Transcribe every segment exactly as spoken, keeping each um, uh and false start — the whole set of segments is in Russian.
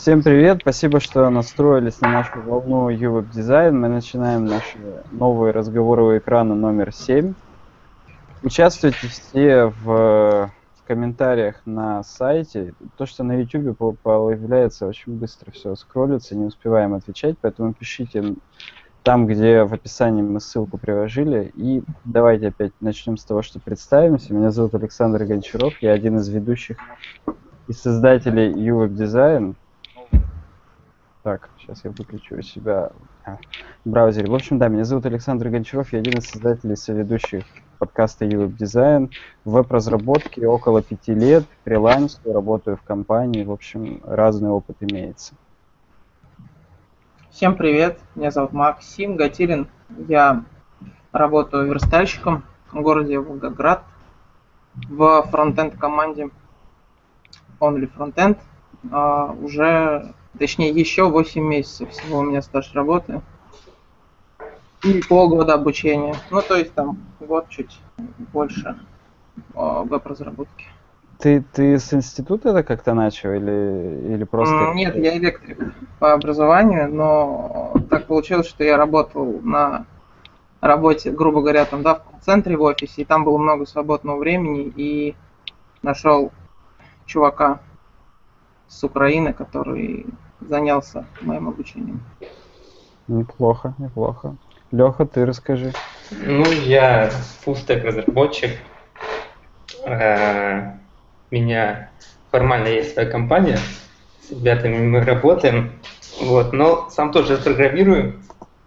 Всем привет, спасибо, что настроились на нашу волну ю веб Design. Мы начинаем наши новые разговоры экрана номер семь. Участвуйте все в, в комментариях на сайте. То, что на YouTube появляется, очень быстро все скроллится, не успеваем отвечать, поэтому пишите там, где в описании мы ссылку приложили. И давайте опять начнем с того, что представимся. Меня зовут Александр Гончаров, я один из ведущих и создателей ю веб Design. Так, сейчас я выключу у себя а, в браузере. В общем, да, меня зовут Александр Гончаров, я один из создателей и соведущих подкаста ю веб Design. В веб-разработке около пяти лет, фрилансу, работаю в компании, в общем, разный опыт имеется. Всем привет, меня зовут Максим Гатилин, я работаю верстальщиком в городе Волгоград в фронтенд команде Only Frontend. Uh, уже, точнее, еще восемь месяцев всего у меня стаж работы и полгода обучения. Ну, то есть там год чуть больше uh, веб-разработки. Ты, ты с института это как-то начал или, или просто... Mm, нет, я электрик по образованию, но так получилось, что я работал на работе, грубо говоря, там, да, в центре в офисе, и там было много свободного времени, и нашел чувака с Украины, который занялся моим обучением. Неплохо, неплохо. Леха, ты расскажи. Ну, я фуллстек разработчик. У меня формально есть своя компания. С ребятами мы работаем. Вот, но сам тоже программирую.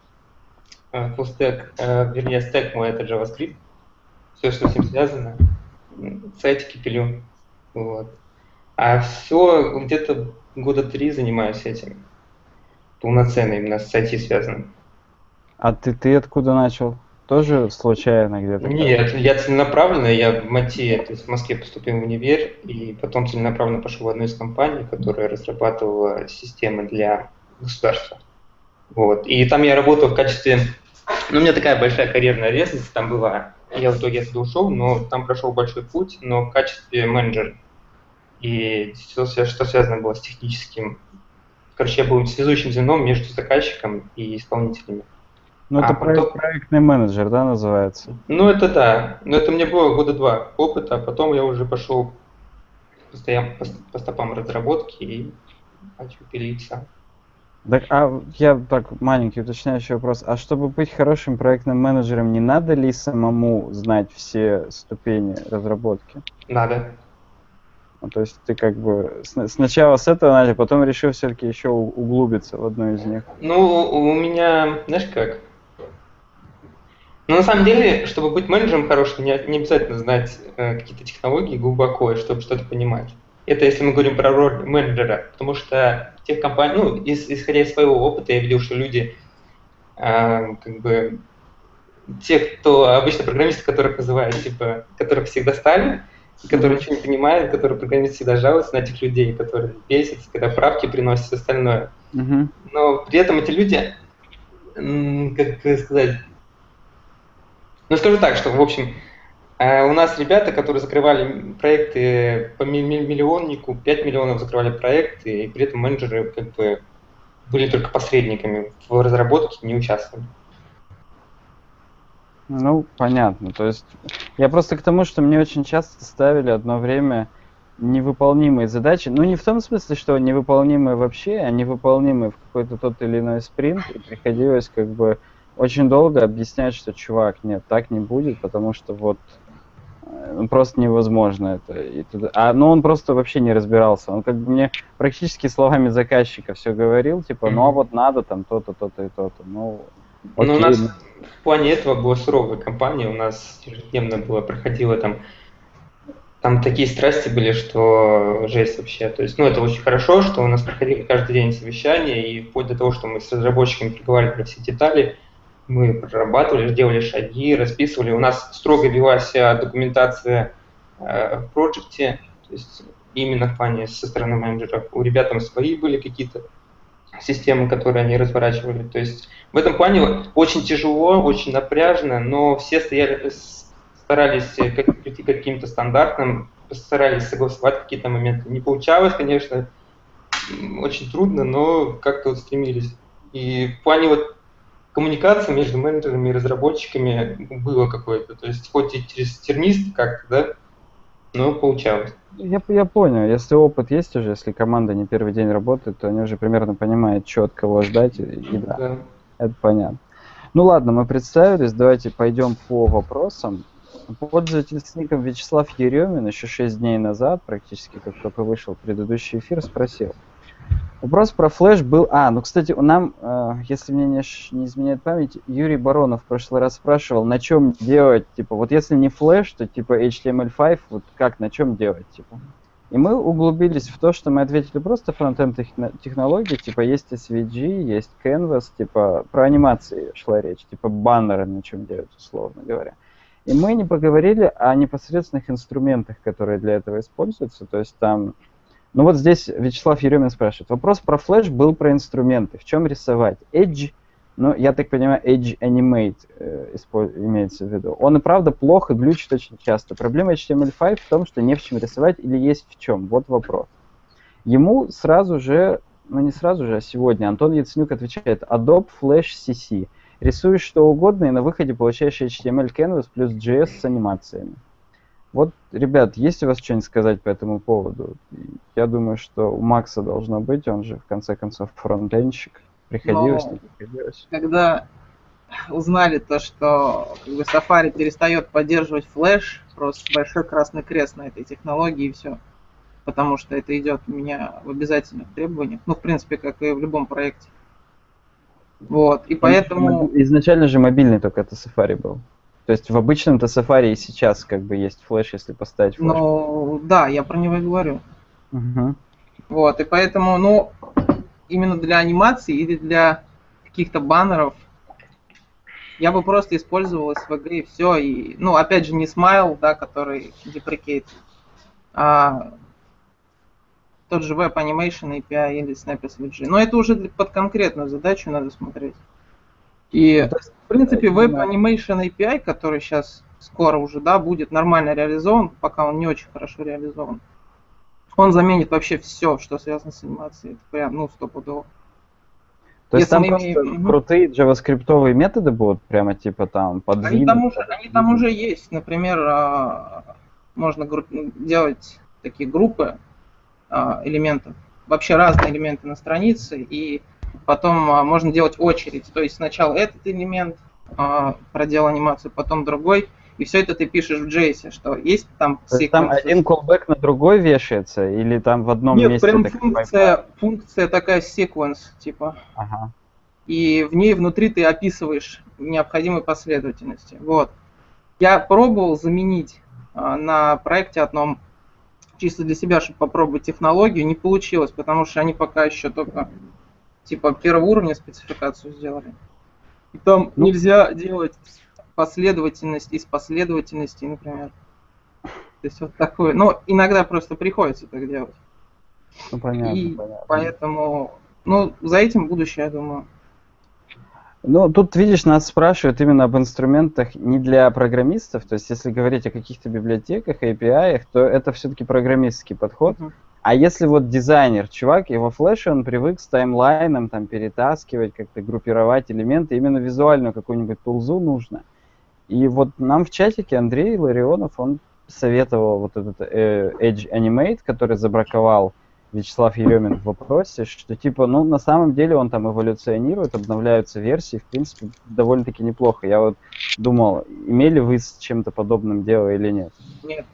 Фуллстек, вернее, стек мой это JavaScript. Все, что с ним связано. Сайтики пилю. Вот. А все где-то года три занимаюсь этим. Полноценно именно с ай ти связано. А ты, ты откуда начал? Тоже случайно где-то? Нет, я целенаправленно, я в МАТИ, то есть в Москве поступил в универ, и потом целенаправленно пошел в одну из компаний, которая разрабатывала системы для государства. Вот. И там я работал в качестве... Ну, у меня такая большая карьерная лестница там была. Я в итоге оттуда ушел, но там прошел большой путь, но в качестве менеджера. И все, что связано было с техническим. Короче, я был связующим звеном между заказчиком и исполнителями. Ну, это а потом... проектный менеджер, да, называется? Ну, это да. Но это мне было года два опыта, а потом я уже пошел постоянно по, по стопам разработки и начал пилить сам. Так, а я так, маленький уточняющий вопрос. А чтобы быть хорошим проектным менеджером, не надо ли самому знать все ступени разработки? Надо. Ну, то есть ты как бы с- сначала с этого начал, потом решил все-таки еще углубиться в одну из них? Ну, у меня, знаешь как? Ну, на самом деле, чтобы быть менеджером хорошим, не, не обязательно знать э, какие-то технологии глубоко, чтобы что-то понимать. Это если мы говорим про роль менеджера, потому что в тех компаниях, ну, из, исходя из своего опыта, я видел, что люди, э, как бы, те, кто обычно программисты, которых называют, типа, которых всегда стали, которые ничего не понимают, которые программисты всегда жалуются на этих людей, которые бесятся, когда правки приносят, все остальное. Uh-huh. Но при этом эти люди, м, как сказать, ну, скажу так, что, в общем, у нас ребята, которые закрывали проекты по миллионнику, пять миллионов закрывали проекты, и при этом менеджеры как бы были только посредниками, в разработке не участвовали. Ну, понятно. То есть я просто к тому, что мне очень часто ставили одно время невыполнимые задачи. Ну, не в том смысле, что невыполнимые вообще, а невыполнимые в какой-то тот или иной спринт, и приходилось как бы очень долго объяснять, что, чувак, нет, так не будет, потому что вот ну, просто невозможно это. И туда... А, ну, он просто вообще не разбирался. Он как бы мне практически словами заказчика все говорил, типа, ну, а вот надо там то-то, то-то и то-то. Ну, окей. Ну, у нас в плане этого была суровая компания, у нас ежедневно было, проходило там, там такие страсти были, что жесть вообще. То есть, ну, это очень хорошо, что у нас проходили каждый день совещания, и вплоть до того, что мы с разработчиками проговаривали все детали, мы прорабатывали, делали шаги, расписывали. У нас строго велась документация э, в проекте, то есть именно в плане со стороны менеджеров. У ребят там свои были какие-то системы, которые они разворачивали. То есть в этом плане очень тяжело, очень напряжно, но все стояли, старались как, прийти к каким-то стандартам, старались согласовать какие-то моменты. Не получалось, конечно, очень трудно, но как-то вот стремились. И в плане вот коммуникации между менеджерами и разработчиками было какое-то. То есть хоть и через тернист как-то, да, но получалось. Я, я понял, если опыт есть уже, если команда не первый день работает, то они уже примерно понимают, что от кого ждать, и, и да, Да. это понятно. Ну ладно, мы представились, давайте пойдем по вопросам. Пользователь с ником Вячеслав Еремин еще шесть дней назад, практически как только вышел предыдущий эфир, спросил. Вопрос про флеш был... А, ну, кстати, нам, э, если мне не, не изменяет память, Юрий Баронов в прошлый раз спрашивал, на чем делать, типа, вот если не флеш, то типа эйч ти эм эль пять, вот как, на чем делать, типа. И мы углубились в то, что мы ответили просто фронтенд технологии, типа, есть эс ви джи, есть Canvas, типа, про анимации шла речь, типа, баннеры на чем делать, условно говоря. И мы не поговорили о непосредственных инструментах, которые для этого используются, то есть там... Ну вот здесь Вячеслав Еремин спрашивает. Вопрос про флеш был про инструменты. В чем рисовать? Edge, ну я так понимаю, Edge Animate э, имеется в виду. Он и правда плохо глючит очень часто. Проблема эйч ти эм эль пять в том, что не в чем рисовать или есть в чем. Вот вопрос. Ему сразу же, ну не сразу же, а сегодня Антон Яценюк отвечает: Adobe Flash си си. Рисуешь что угодно и на выходе получаешь эйч ти эм эль Canvas плюс джей эс с анимациями. Вот, ребят, есть у вас что-нибудь сказать по этому поводу? Я думаю, что у Макса должно быть, он же, в конце концов, фронтенщик. Приходилось, не приходилось. Когда узнали то, что как бы, Safari перестает поддерживать флеш, просто большой красный крест на этой технологии и все. Потому что это идет у меня в обязательных требованиях. Ну, в принципе, как и в любом проекте. Вот, и поэтому... Изначально же мобильный только это Safari был. То есть в обычном-то Safari и сейчас как бы есть флеш, если поставить флеш. Ну, да, я про него и говорю. Угу. Вот, и поэтому, ну, именно для анимации или для каких-то баннеров я бы просто использовал эс ви джи и все. И, ну, опять же, не Smile, да, который деприкейт, а тот же Web Animation эй пи ай или Snap эс ви джи. Но это уже под конкретную задачу надо смотреть. И, Ну, есть, в принципе, Web Animation эй пи ай, который сейчас скоро уже, да, будет нормально реализован, пока он не очень хорошо реализован, он заменит вообще все, что связано с анимацией. Это прям, ну, стопудово. То есть Если там просто имеем... крутые джаваскриптовые методы будут прямо типа там подвинуть? Они там уже, они там уже есть. Например, можно делать такие группы элементов, вообще разные элементы на странице, и потом а, можно делать очередь. То есть сначала этот элемент а, проделал анимацию, потом другой. И все это ты пишешь в джей эс, что есть там секвенс. Там один callback на другой вешается? Или там в одном Нет, месте? Нет, прям функция, функция такая sequence, типа. Ага. И в ней внутри ты описываешь необходимые последовательности. Вот. Я пробовал заменить а, на проекте одном, чисто для себя, чтобы попробовать технологию. Не получилось, потому что они пока еще только типа первого уровня спецификацию сделали. И там ну, нельзя делать последовательность из последовательностей, например. То есть вот такое. Но иногда просто приходится так делать. Ну, понятно, И понятно. поэтому, ну, за этим будущее, я думаю. Ну, тут, видишь, нас спрашивают именно об инструментах не для программистов. То есть, если говорить о каких-то библиотеках, эй пи ай, то это все-таки программистский подход. Uh-huh. А если вот дизайнер, чувак, и во флеше он привык с таймлайном там перетаскивать, как-то группировать элементы, именно визуальную какую-нибудь тулзу нужно. И вот нам в чатике Андрей Ларионов, он советовал вот этот э, Edge Animate, который забраковал Вячеслав Еремин в вопросе, что типа, ну, на самом деле он там эволюционирует, обновляются версии, в принципе, довольно-таки неплохо. Я вот думал, имели вы с чем-то подобным дело или нет? Нет.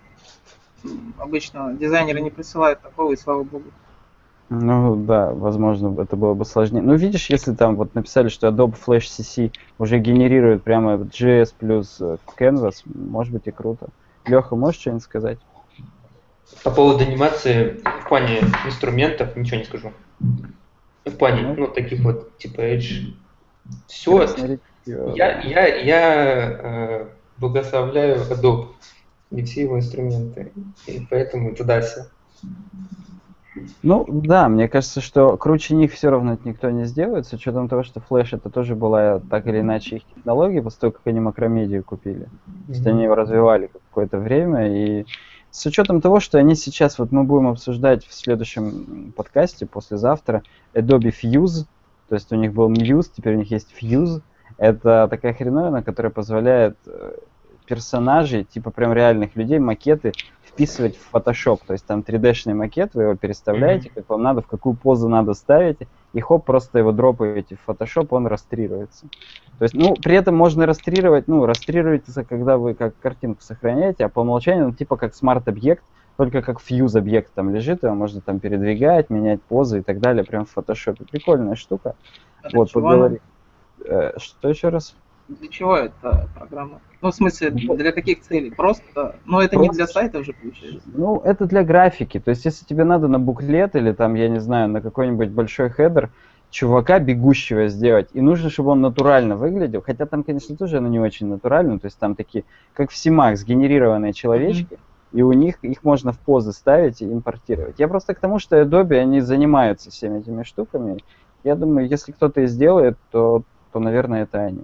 Обычно дизайнеры не присылают такого, и слава богу. Ну да, возможно, это было бы сложнее. Ну видишь, если там вот написали, что Adobe Flash си си уже генерирует прямо джей эс плюс Canvas, может быть и круто. Леха, можешь что-нибудь сказать? По поводу анимации, в плане инструментов ничего не скажу. В плане, ну, ну таких вот, типа Edge. Все. Я, я, я э, благословляю Adobe и все его инструменты. И поэтому туда все. Ну да, мне кажется, что круче них все равно никто не сделает, с учетом того, что Flash это тоже была так или иначе их технология, после того, как они макромедию купили. Mm-hmm. То есть они его развивали какое-то время, и с учетом того, что они сейчас, вот мы будем обсуждать в следующем подкасте, послезавтра, Adobe Fuse, то есть у них был Muse, теперь у них есть Fuse. Это такая хреновина, которая позволяет персонажей, типа прям реальных людей, макеты вписывать в Photoshop. То есть там три дэ-шный макет, вы его переставляете, mm-hmm. как вам надо, в какую позу надо ставите, и хоп, просто его дропаете в Photoshop, он растрируется. То есть, ну, при этом можно растрировать, ну, растрируется, когда вы как картинку сохраняете, а по умолчанию он типа как смарт-объект, только как фьюз-объект там лежит, его можно там передвигать, менять позы и так далее, прям в Photoshop. Прикольная штука. А вот, поговори. Э, что еще раз? Для чего эта программа? Ну, в смысле, для каких целей? Просто, ну, это Просто... не для сайта уже получается? Ну, это для графики. То есть, если тебе надо на буклет или там, я не знаю, на какой-нибудь большой хедер чувака бегущего сделать, и нужно, чтобы он натурально выглядел, хотя там, конечно, тоже оно не очень натурально, то есть там такие, как в Симах, сгенерированные человечки, mm-hmm. и у них их можно в позы ставить и импортировать. Я просто к тому, что Adobe, они занимаются всеми этими штуками. Я думаю, если кто-то и сделает, то, то наверное, это они.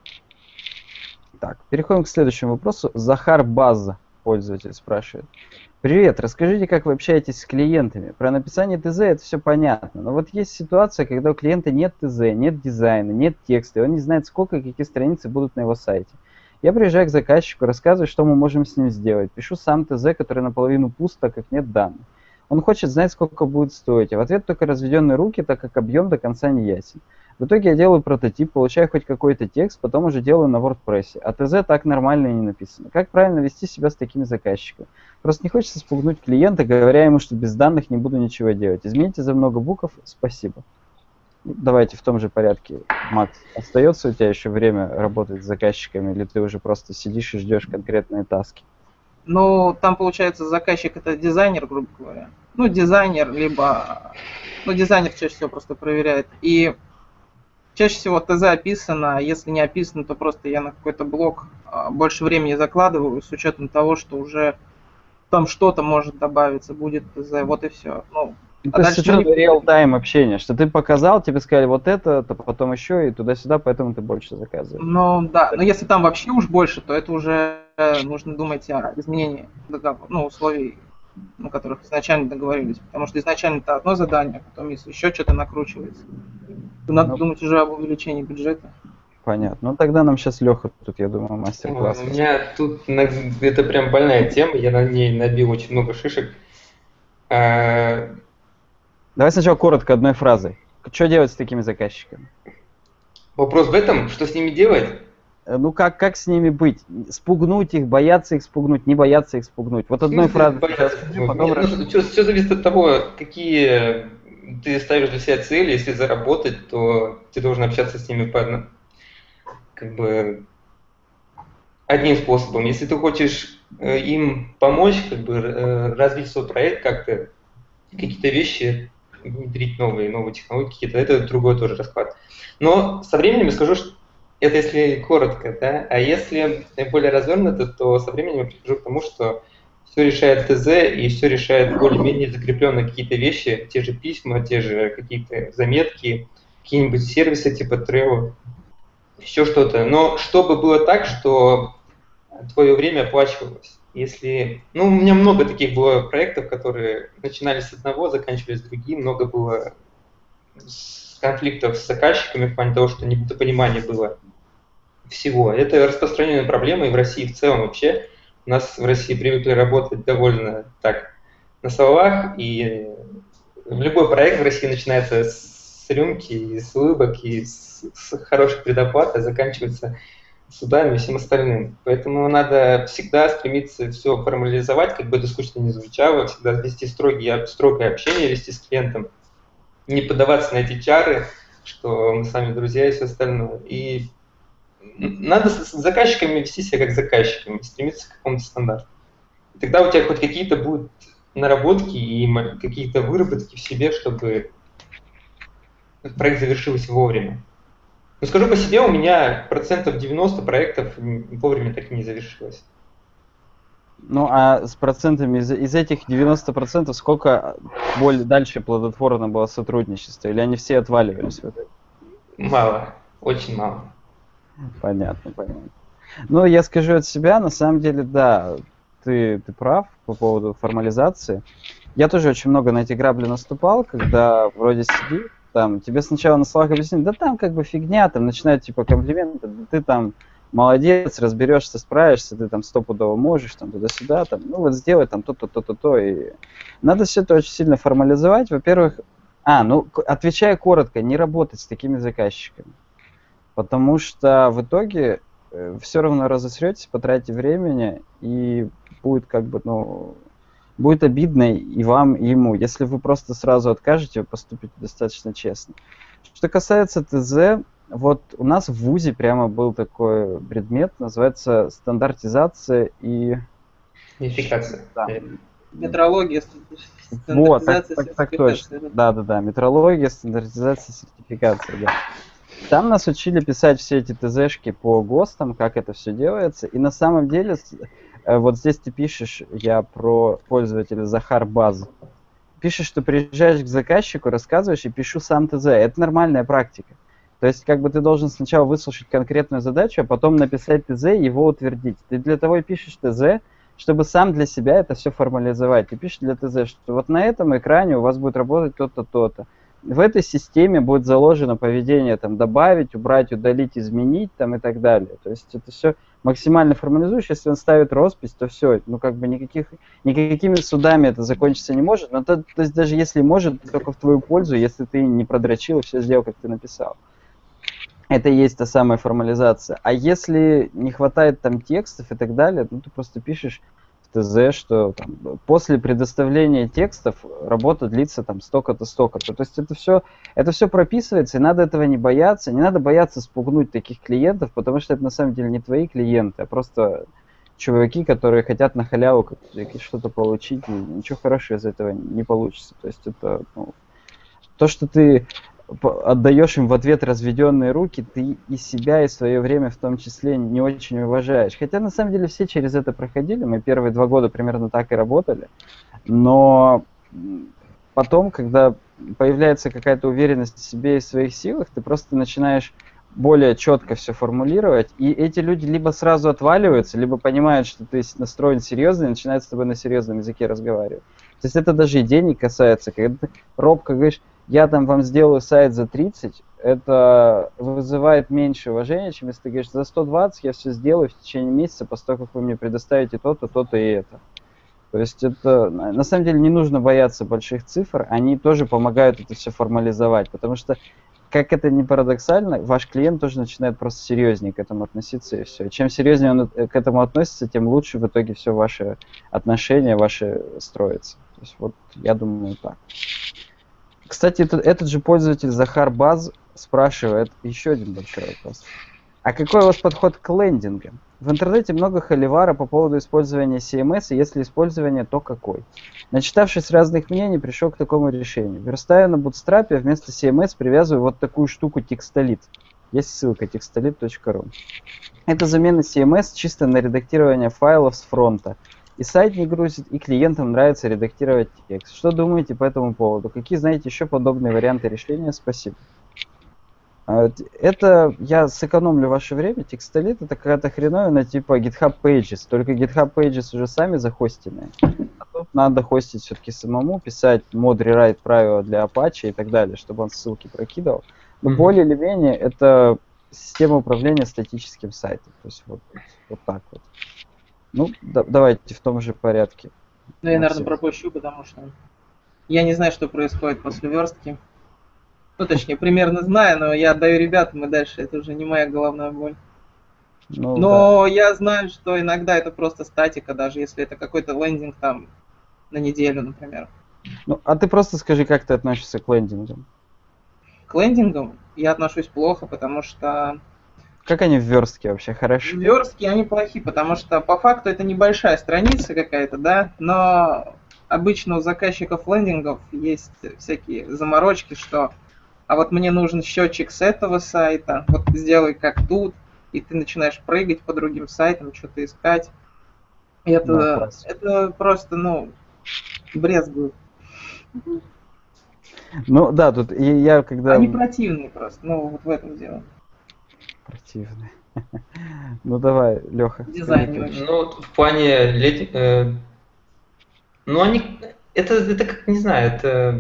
Так, переходим к следующему вопросу. Захар Баз, пользователь, спрашивает. Привет, расскажите, как вы общаетесь с клиентами. Про написание ТЗ это все понятно, но вот есть ситуация, когда у клиента нет ТЗ, нет дизайна, нет текста, и он не знает, сколько и какие страницы будут на его сайте. Я приезжаю к заказчику, рассказываю, что мы можем с ним сделать. Пишу сам ТЗ, который наполовину пуст, так как нет данных. Он хочет знать, сколько будет стоить, а в ответ только разведенные руки, так как объем до конца не ясен. В итоге я делаю прототип, получаю хоть какой-то текст, потом уже делаю на WordPress. А ТЗ так нормально и не написано. Как правильно вести себя с такими заказчиками? Просто не хочется спугнуть клиента, говоря ему, что без данных не буду ничего делать. Измените за много букв, спасибо. Давайте в том же порядке. Макс, остается у тебя еще время работать с заказчиками, или ты уже просто сидишь и ждешь конкретные таски? Ну, там, получается, заказчик это дизайнер, грубо говоря. Ну, дизайнер, либо... Ну, дизайнер чаще всего просто проверяет. И чаще всего ТЗ описано, а если не описано, то просто я на какой-то блок больше времени закладываю, с учетом того, что уже там что-то может добавиться, будет ТЗ, вот и все. Ну, а то есть это не... реал-тайм общение, что ты показал, тебе сказали вот это, то потом еще и туда-сюда, поэтому ты больше заказываешь. Ну да, но если там вообще уж больше, то это уже нужно думать о изменении договора, ну, условий, на которых изначально договорились. Потому что изначально это одно задание, а потом если еще что-то накручивается, то надо ну, думать уже об увеличении бюджета. Понятно. Ну тогда нам сейчас Леха тут, я думаю, мастер-класс. У меня тут это прям больная тема, я на ней набил очень много шишек. А... Давай сначала коротко, одной фразой. Что делать с такими заказчиками? Вопрос в этом, что с ними делать? Ну как, как с ними быть? Спугнуть их, бояться их спугнуть, не бояться их спугнуть. Вот одной фразой. Все, все зависит от того, какие ты ставишь для себя цели. Если заработать, то ты должен общаться с ними по одному, как бы одним способом. Если ты хочешь им помочь, как бы развить свой проект как-то, какие-то вещи внедрить новые, новые технологии какие-то, это другой тоже расклад. Но со временем я скажу, что это если коротко, да, а если более развернуто, то со временем я прихожу к тому, что все решает ТЗ и все решает более-менее закрепленные какие-то вещи, те же письма, те же какие-то заметки, какие-нибудь сервисы типа Trello, еще что-то. Но чтобы было так, что твое время оплачивалось. Если, ну, у меня много таких было проектов, которые начинались с одного, заканчивались другим, много было конфликтов с заказчиками в плане того, что недопонимание было всего. Это распространенная проблема и в России в целом вообще. У нас в России привыкли работать довольно так на словах, и любой проект в России начинается с рюмки, и с улыбок, и с, с хорошей предоплаты, заканчивается судами и всем остальным. Поэтому надо всегда стремиться все формализовать, как бы это скучно ни звучало, всегда вести строгие, строгое общение, вести с клиентом, не поддаваться на эти чары, что мы с вами друзья и все остальное. И надо с заказчиками вести себя как заказчиками, стремиться к какому-то стандарту. И тогда у тебя хоть какие-то будут наработки и какие-то выработки в себе, чтобы проект завершился вовремя. Но скажу по себе, у меня процентов девяносто проектов вовремя так и не завершилось. Ну, а с процентами из, из этих девяноста процентов сколько более дальше плодотворно было сотрудничество? Или они все отваливались в это? Мало, очень мало. Понятно, понятно. Ну, я скажу от себя, на самом деле, да, ты, ты прав по поводу формализации. Я тоже очень много на эти грабли наступал, когда вроде сидишь, там, тебе сначала на словах объяснят, да там как бы фигня, там начинают типа комплименты, да ты там молодец, разберешься, справишься, ты там стопудово можешь, там туда-сюда, там, ну вот сделай там то-то, то-то, то. И надо все это очень сильно формализовать. Во-первых, а, ну, отвечая коротко, не работать с такими заказчиками. Потому что в итоге э, все равно разосретесь, потратите времени, и будет как бы, ну, будет обидно и вам, и ему. Если вы просто сразу откажете, вы поступите достаточно честно. Что касается ТЗ, вот у нас в ВУЗе прямо был такой предмет, называется стандартизация и... Унификация. Да. Метрология, Вот, так, стандартизация, так, так точно. Да, да, да. Метрология, стандартизация, сертификация, да. Там нас учили писать все эти ТЗшки по ГОСТам, как это все делается. И на самом деле, вот здесь ты пишешь, я про пользователя Захар Баз. Пишешь, что приезжаешь к заказчику, рассказываешь и пишу сам ТЗ. Это нормальная практика. То есть, как бы ты должен сначала выслушать конкретную задачу, а потом написать ТЗ и его утвердить. Ты для того и пишешь ТЗ, чтобы сам для себя это все формализовать. Ты пишешь для ТЗ, что вот на этом экране у вас будет работать то-то, то-то. В этой системе будет заложено поведение там добавить, убрать, удалить, изменить там и так далее. То есть это все максимально формализуешь. Если он ставит роспись, то все, ну как бы никаких, никакими судами это закончиться не может. Но то, то есть даже если может, только в твою пользу, если ты не продрочил и все сделал, как ты написал. Это и есть та самая формализация. А если не хватает там текстов и так далее, ну ты просто пишешь в ТЗ, что там, после предоставления текстов работа длится там столько-то, столько-то. То есть это все, это все прописывается, и надо этого не бояться. Не надо бояться спугнуть таких клиентов, потому что это на самом деле не твои клиенты, а просто чуваки, которые хотят на халяву что-то получить, и ничего хорошего из этого не получится. То есть это ну, то, что ты отдаешь им в ответ разведенные руки, ты и себя, и свое время в том числе не очень уважаешь. Хотя на самом деле все через это проходили, мы первые два года примерно так и работали, но потом, когда появляется какая-то уверенность в себе и в своих силах, ты просто начинаешь более четко все формулировать, и эти люди либо сразу отваливаются, либо понимают, что ты настроен серьезно и начинают с тобой на серьезном языке разговаривать. То есть это даже и денег касается, когда ты робко говоришь, я там вам сделаю сайт за тридцать, это вызывает меньше уважения, чем если ты говоришь, за сто двадцать я все сделаю в течение месяца, после того, как вы мне предоставите то-то, то-то и это. То есть это, на самом деле, не нужно бояться больших цифр, они тоже помогают это все формализовать, потому что, как это ни парадоксально, ваш клиент тоже начинает просто серьезнее к этому относиться, и все. Чем серьезнее он к этому относится, тем лучше в итоге все ваши отношения, ваши строятся. То есть вот я думаю так. Кстати, этот, этот же пользователь Захар Баз спрашивает еще один большой вопрос. А какой у вас подход к лендингам? В интернете много холивара по поводу использования си эм эс, и если использование, то какой? Начитавшись разных мнений, пришел к такому решению. Верстаю на Bootstrap, вместо си эм эс привязываю вот такую штуку Textolit. Есть ссылка textolit точка ру. Это замена си эм эс чисто на редактирование файлов с фронта. И сайт не грузит, и клиентам нравится редактировать текст. Что думаете по этому поводу? Какие знаете еще подобные варианты решения? Спасибо. Это я сэкономлю ваше время. Textolit это какая-то хреновина типа GitHub Pages. Только GitHub Pages уже сами захостенные. А тут надо хостить все-таки самому, писать mod rewrite правила для Apache и так далее, чтобы он ссылки прокидывал. Но mm-hmm. более или менее это система управления статическим сайтом. То есть вот, вот так вот. Ну, да, давайте в том же порядке. Ну, я, наверное, пропущу, потому что я не знаю, что происходит после верстки. Ну, точнее, примерно знаю, но я отдаю ребятам, и дальше это уже не моя головная боль. Ну, но да. Я знаю, что иногда это просто статика, даже если это какой-то лендинг там на неделю, например. Ну, а ты просто скажи, как ты относишься к лендингам? К лендингам я отношусь плохо, потому что... Как они в верстке вообще? Хорошо? В верстке они плохи, потому что по факту это небольшая страница какая-то, да, но обычно у заказчиков лендингов есть всякие заморочки, что а вот мне нужен счетчик с этого сайта, вот сделай как тут, и ты начинаешь прыгать по другим сайтам, что-то искать. И это, да, это просто, ну, брезгую. Ну да, тут я когда... Они противные просто, ну вот в этом дело. Противные. Ну давай, Леха. Дизайн не очень. Ну, вот в плане леди- э, ну, они, это, это как, не знаю, это,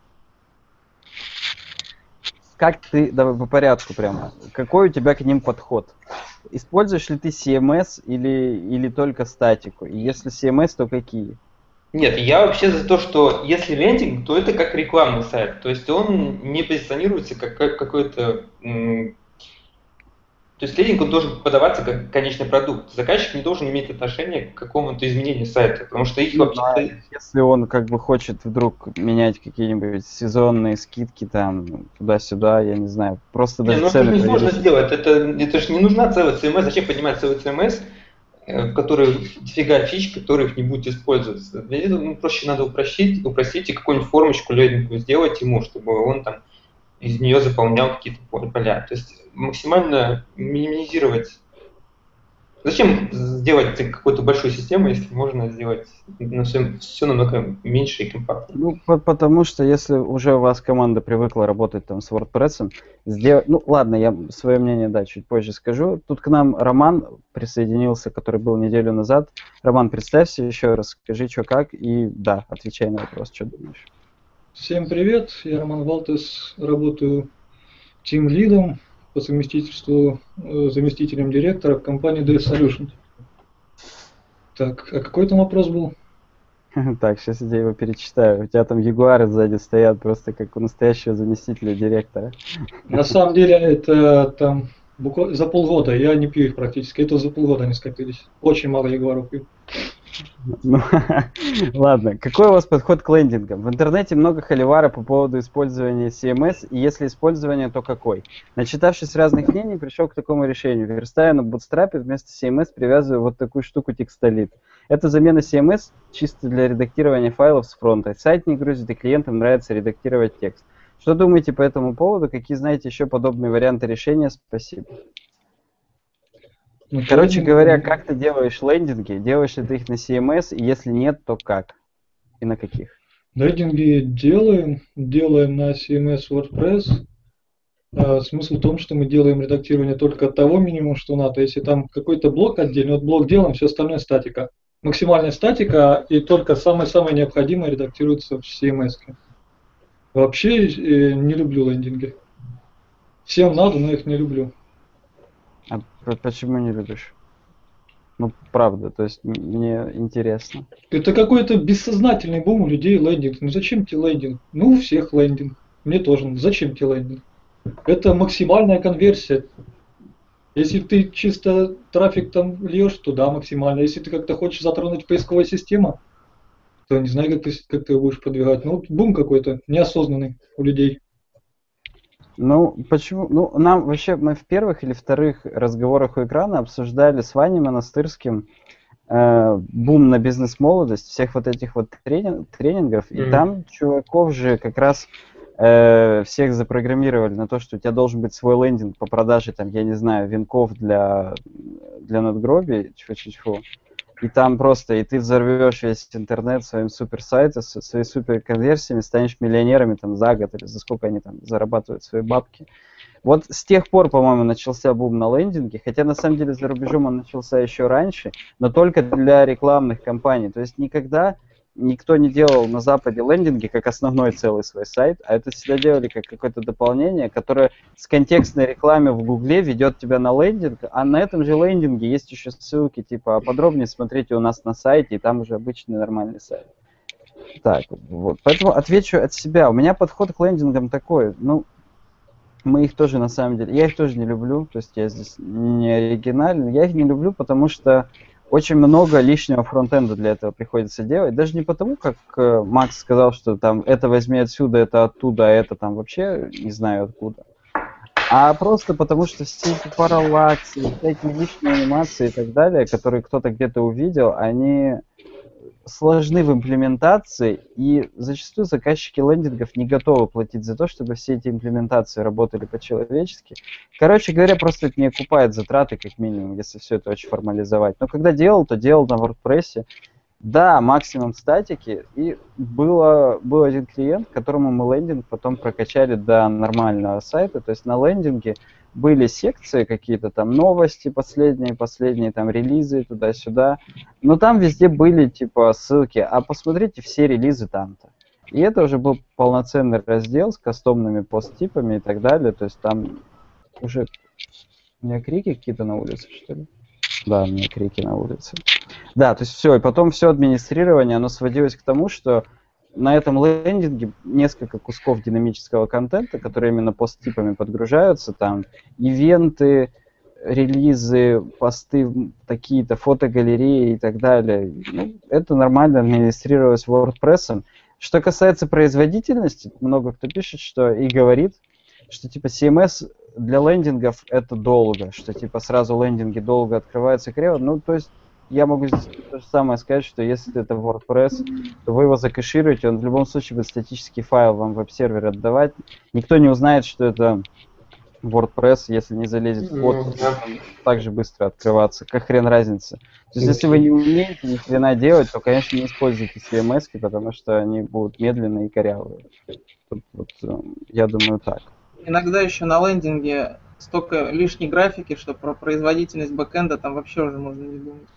Как ты, давай по порядку прямо, какой у тебя к ним подход? Используешь ли ты си эм эс или, или только статику? И если си эм эс, то какие? нет, я вообще за то, что если лендинг, то это как рекламный сайт, то есть он не позиционируется как, как какой-то, м, то есть лендинг, он должен подаваться как конечный продукт, заказчик не должен иметь отношения к какому-то изменению сайта, потому что их Ну вообще-то... да, если он как бы хочет вдруг менять какие-нибудь сезонные скидки там туда-сюда, я не знаю, просто Не, даже ну это цены же несложно повесить. сделать, это, это же не нужна целая си эм эс, зачем поднимать целый си эм эс, э, в которой дофига фич, которых не будет использоваться. Для этого ну, проще надо упростить, упростить и какую-нибудь формочку лендинговую сделать ему, чтобы он там из нее заполнял какие-то поля. То есть максимально минимизировать. Зачем сделать какую-то большую систему, если можно сделать на все, все намного меньше и компактнее? Ну, по- потому что если уже у вас команда привыкла работать там с WordPress, сделать... Ну, ладно, я свое мнение, да, чуть позже скажу. Тут к нам Роман присоединился, который был неделю назад. Роман, представься еще раз, скажи, что как, и да, отвечай на вопрос, что думаешь. Всем привет, я Роман Валтес, работаю тимлидом по совместительству э, заместителем директора в компании ди эс Solutions. Так, а какой там вопрос был? Так, сейчас я его перечитаю. У тебя там ягуары сзади стоят, просто как у настоящего заместителя директора. На самом деле это там буквально за полгода, я не пью их практически, это за полгода они скопились. Очень мало ягуаров пью. Ну, ладно, какой у вас подход к лендингам? В интернете много холивара по поводу использования си эм эс, и если использование, то какой? Начитавшись разных мнений, пришел к такому решению. Верстаю на Bootstrap, вместо си эм эс привязываю вот такую штуку Textolit. Это замена си эм эс чисто для редактирования файлов с фронта. Сайт не грузит, и клиентам нравится редактировать текст. Что думаете по этому поводу? Какие знаете еще подобные варианты решения? Спасибо. Ну, Короче лендинг- говоря, как ты делаешь лендинги? Делаешь ли ты их на си эм эс? И если нет, то как? И на каких? Лендинги делаем, делаем на си эм эс WordPress. А, смысл в том, что мы делаем редактирование только того минимума, что надо. Если там какой-то блок отдельный, вот блок делаем, все остальное статика. Максимальная статика, и только самое-самое необходимое редактируется в си эм эс. Вообще э, не люблю лендинги. Всем надо, но их не люблю. А п- почему не любишь? Ну, правда, то есть м- мне интересно. Это какой-то бессознательный бум у людей лендинг. Ну зачем тебе лендинг? Ну у всех лендинг. Мне тоже. Зачем тебе лендинг? Это максимальная конверсия. Если ты чисто трафик там льешь, то да, максимально. Если ты как-то хочешь затронуть поисковую систему, то не знаю, как ты, как ты его будешь продвигать. Ну, бум какой-то неосознанный у людей. Ну, почему? Ну, нам вообще, мы в первых или вторых разговорах у экрана обсуждали с Ваней Монастырским э, бум на бизнес-молодость, всех вот этих вот тренинг, тренингов, и Мгм. там чуваков же как раз э, всех запрограммировали на то, что у тебя должен быть свой лендинг по продаже, там, я не знаю, венков для, для надгробий, чфу-чфу. И там просто, и ты взорвешь весь интернет своим суперсайтом, со- своими суперконверсиями, станешь миллионерами там за год, или за сколько они там зарабатывают свои бабки. Вот с тех пор, по-моему, начался бум на лендинге, хотя на самом деле за рубежом он начался еще раньше, но только для рекламных кампаний. То есть никогда никто не делал на Западе лендинги как основной целый свой сайт, а это всегда делали как какое-то дополнение, которое с контекстной рекламой в Гугле ведет тебя на лендинг, а на этом же лендинге есть еще ссылки, типа, а подробнее смотрите у нас на сайте, и там уже обычный нормальный сайт. Так, вот. Поэтому отвечу от себя. У меня подход к лендингам такой, ну, мы их тоже на самом деле, я их тоже не люблю, то есть я здесь не оригинален, я их не люблю, потому что очень много лишнего фронтенда для этого приходится делать, даже не потому, как э, Макс сказал, что там это возьми отсюда, это оттуда, а это там вообще не знаю откуда, а просто потому, что все эти параллаксы, всякие лишние анимации и так далее, которые кто-то где-то увидел, они сложны в имплементации, и зачастую заказчики лендингов не готовы платить за то, чтобы все эти имплементации работали по-человечески. Короче говоря, просто это не окупает затраты, как минимум, если все это очень формализовать. Но когда делал, то делал на WordPress. Да, максимум статики. И было, был один клиент, которому мы лендинг потом прокачали до нормального сайта. То есть на лендинге были секции какие-то, там новости последние, последние там релизы туда-сюда. Но там везде были типа ссылки, а посмотрите все релизы там-то. И это уже был полноценный раздел с кастомными посттипами и так далее. То есть там уже... У меня крики какие-то на улице, что ли? Да, у меня крики на улице. Да, то есть все, и потом все администрирование, оно сводилось к тому, что на этом лендинге несколько кусков динамического контента, которые именно посттипами подгружаются, там ивенты, релизы, посты, такие-то фотогалереи и так далее. Ну, это нормально администрировалось WordPress. Что касается производительности, много кто пишет, что и говорит, что типа си эм эс для лендингов это долго, что типа сразу лендинги долго открываются криво. Ну, то есть я могу здесь то же самое сказать, что если это WordPress, то вы его закэшируете, он в любом случае будет статический файл вам в веб-сервер отдавать. Никто не узнает, что это WordPress, если не залезет в код, Ну, да. он так же быстро открываться. Как хрен разница. То есть если вы не умеете ни хрена делать, то, конечно, не используйте си эм эс-ки, потому что они будут медленные и корявые. Тут вот, э, я думаю, так. Иногда еще на лендинге столько лишней графики, что про производительность бэкэнда там вообще уже можно не думать.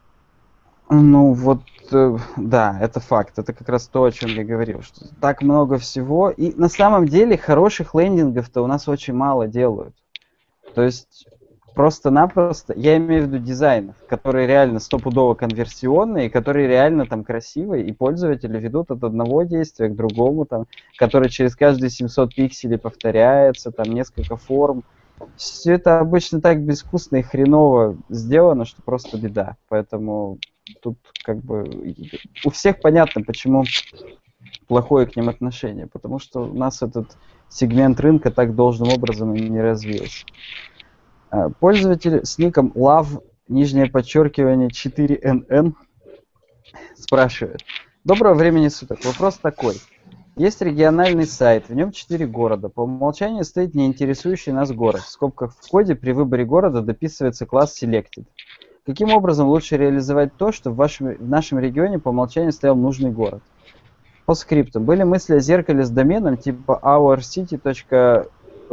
Ну вот, э, да, это факт. Это как раз то, о чем я говорил, что так много всего. И на самом деле хороших лендингов-то у нас очень мало делают. То есть просто-напросто, я имею в виду дизайнов, которые реально стопудово конверсионные, которые реально там красивые, и пользователи ведут от одного действия к другому, там, который через каждые семьсот пикселей повторяется, там несколько форм. Все это обычно так безвкусно и хреново сделано, что просто беда. Поэтому тут как бы у всех понятно, почему плохое к ним отношение. Потому что у нас этот сегмент рынка так должным образом и не развился. Пользователь с ником love, нижнее подчеркивание четыре эн эн, спрашивает. Доброго времени суток. Вопрос такой. Есть региональный сайт, в нем четыре города. По умолчанию стоит неинтересующий нас город. В скобках в коде при выборе города дописывается класс selected. Каким образом лучше реализовать то, что в, вашем, в нашем регионе по умолчанию стоял нужный город? По скриптам. Были мысли о зеркале с доменом типа ourcity точка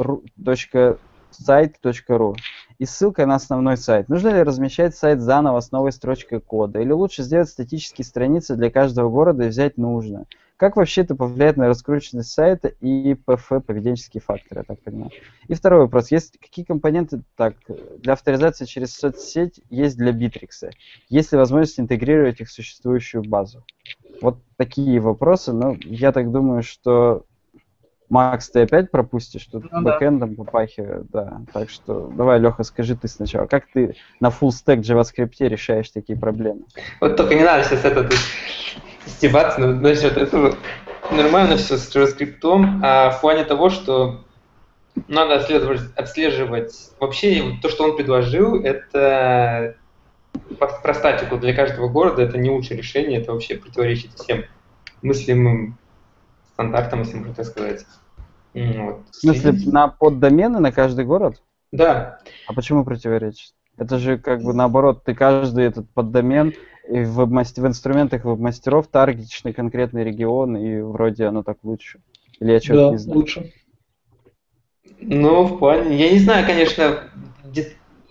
site точка ru и ссылкой на основной сайт. Нужно ли размещать сайт заново с новой строчкой кода? Или лучше сделать статические страницы для каждого города и взять нужное? Как вообще это повлияет на раскрученность сайта и пэ эф, поведенческие факторы, я так понимаю? И второй вопрос. Есть, какие компоненты так, для авторизации через соцсеть есть для Bittrex? Есть ли возможность интегрировать их в существующую базу? Вот такие вопросы. Но я так думаю, что Макс, ты опять пропустишь, тут Ну, бэкэндом попахивает, да. Так что давай, Леха, скажи ты сначала, как ты на full stack JavaScript решаешь такие проблемы? Вот только не надо сейчас это стебаться насчет этого. Нормально все с JavaScript, а в плане того, что надо отслеживать, отслеживать. Вообще, то, что он предложил, это про статику для каждого города, это не лучшее решение, это вообще противоречит всем мыслимым стандартам, если можно так сказать. Вот. В смысле, на поддомены на каждый город? Да. А почему противоречит? Это же как бы наоборот, ты каждый этот поддомен и в, веб-мастер, в инструментах веб-мастеров таргетишь на конкретный регион, и вроде оно так лучше. Или я что-то Да, не знаю? лучше. Ну, в плане... Я не знаю, конечно... Где...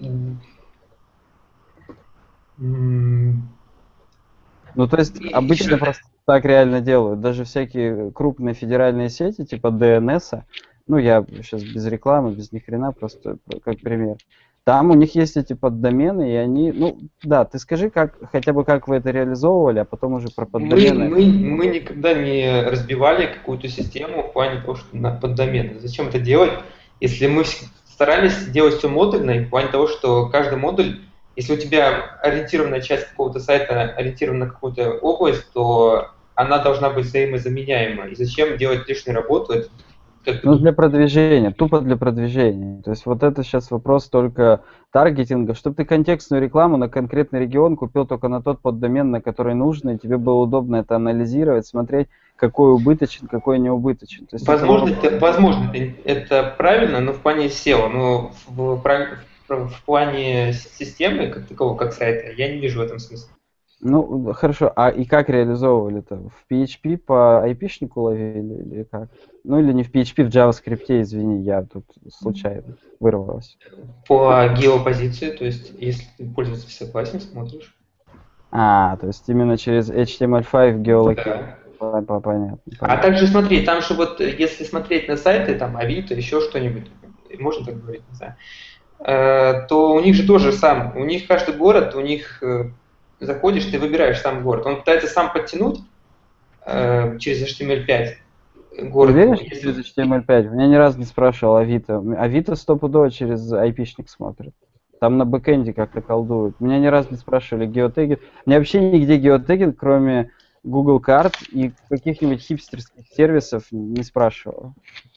Ну, то есть, обычно просто так реально делают. Даже всякие крупные федеральные сети, типа ди эн эс, ну, я сейчас без рекламы, без ни хрена, просто как пример. Там у них есть эти поддомены, и они... Ну, да, ты скажи, как, хотя бы как вы это реализовывали, а потом уже про поддомены. Мы, мы, мы никогда не разбивали какую-то систему в плане того, что на поддомены. Зачем это делать, если мы старались делать все модульно, и в плане того, что каждый модуль, если у тебя ориентированная часть какого-то сайта ориентирована на какую-то область, то она должна быть взаимозаменяема. И зачем делать лишнюю работу? Это как... Ну, для продвижения, тупо для продвижения. То есть вот это сейчас вопрос только таргетинга, чтобы ты контекстную рекламу на конкретный регион купил только на тот поддомен, на который нужно, и тебе было удобно это анализировать, смотреть, какой убыточен, какой не убыточен. То есть возможно, это... это, возможно это, это правильно, но в плане сео, но в, в, в плане системы, как такового, как сайта, я не вижу в этом смысла. Ну, хорошо, а и как реализовывали-то? В пи эйч пи по айпишнику ловили или как? Ну или не в пи эйч пи, в JavaScript, извини, я тут случайно вырвалась. По геопозиции, то есть если ты пользователь согласен, смотришь. А, то есть именно через эйч ти эм эль пять геолокейшн. Да. Понятно, понятно. А также смотри, там же вот, если смотреть на сайты, там Авито, еще что-нибудь, можно так говорить, не знаю, э, то у них же тоже сам, у них каждый город, у них э, заходишь, ты выбираешь сам город. Он пытается сам подтянуть э, через эйч ти эм эль пять город. Уверен, что Если- через эйч ти эм эль пять? Меня ни разу не спрашивал Авито. Авито стопудово через айпишник смотрит. Там на бэкэнде как-то колдуют. Меня ни разу не спрашивали геотегинг. Меня вообще нигде геотегинг, кроме Google карт и каких-нибудь хипстерских сервисов, не спрашивал.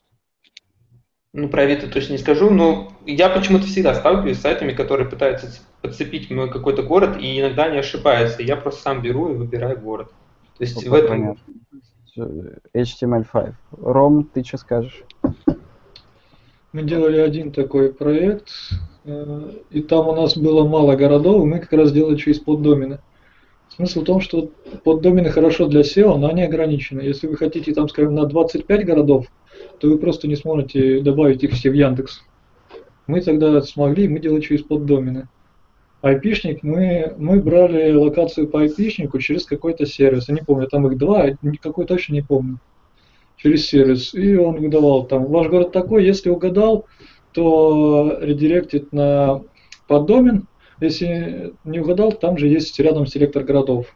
Ну, про Авито точно не скажу, но я почему-то всегда сталкиваюсь с сайтами, которые пытаются ц- подцепить мой какой-то город, и иногда они ошибаются. Я просто сам беру и выбираю город. То есть в этом... Понятно. эйч ти эм эль пять. Ром, ты что скажешь? Мы делали один такой проект, э, и там у нас было мало городов, и мы как раз делали через поддомены. Смысл в том, что поддомены хорошо для сео, но они ограничены. Если вы хотите, там, скажем, на двадцать пять городов, то вы просто не сможете добавить их все в Яндекс. Мы тогда смогли, мы делали через поддомены. Айпишник, мы, мы брали локацию по айпишнику через какой-то сервис. Я не помню, там их два, никакой точно не помню. Через сервис. И он выдавал там, ваш город такой, если угадал, то редиректит на поддомен. Если не угадал, там же есть рядом селектор городов.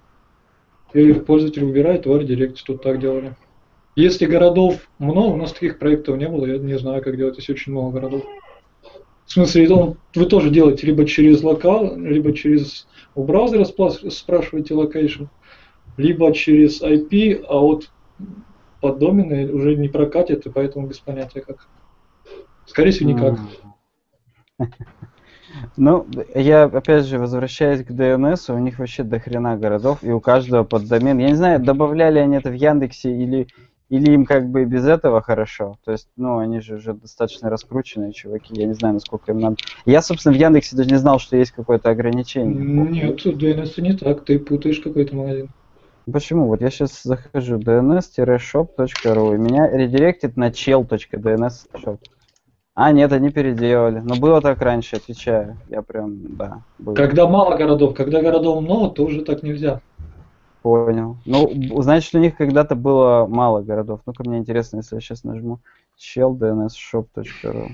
И пользователь выбирает, его редиректит. Тут так делали. Если городов много, у нас таких проектов не было, я не знаю, как делать, если очень много городов. В смысле, он, вы тоже делаете либо через локал, либо через у браузера спраш- спрашиваете локейшн, либо через ай пи, а вот поддомены уже не прокатит, и поэтому без понятия как. Скорее всего, никак. Ну, я опять же возвращаюсь к ди эн эс, у них вообще дохрена городов, и у каждого поддомен. Я не знаю, добавляли они это в Яндексе или, или им как бы без этого хорошо. То есть, ну, они же уже достаточно раскрученные чуваки, я не знаю, насколько им надо. Я, собственно, в Яндексе даже не знал, что есть какое-то ограничение. Нет, ди эн эс не так, ты путаешь какой-то магазин. Почему? Вот я сейчас захожу ди эн эс шоп точка ру, и меня редиректит на чел точка ди эн эс шоп. А, нет, они переделали. Но было так раньше, отвечаю. Я прям, да. Было. Когда мало городов, когда городов много, то уже так нельзя. Понял. Ну, значит, у них когда-то было мало городов. Ну-ка, мне интересно, если я сейчас нажму чел ди эн эс шоп точка ру.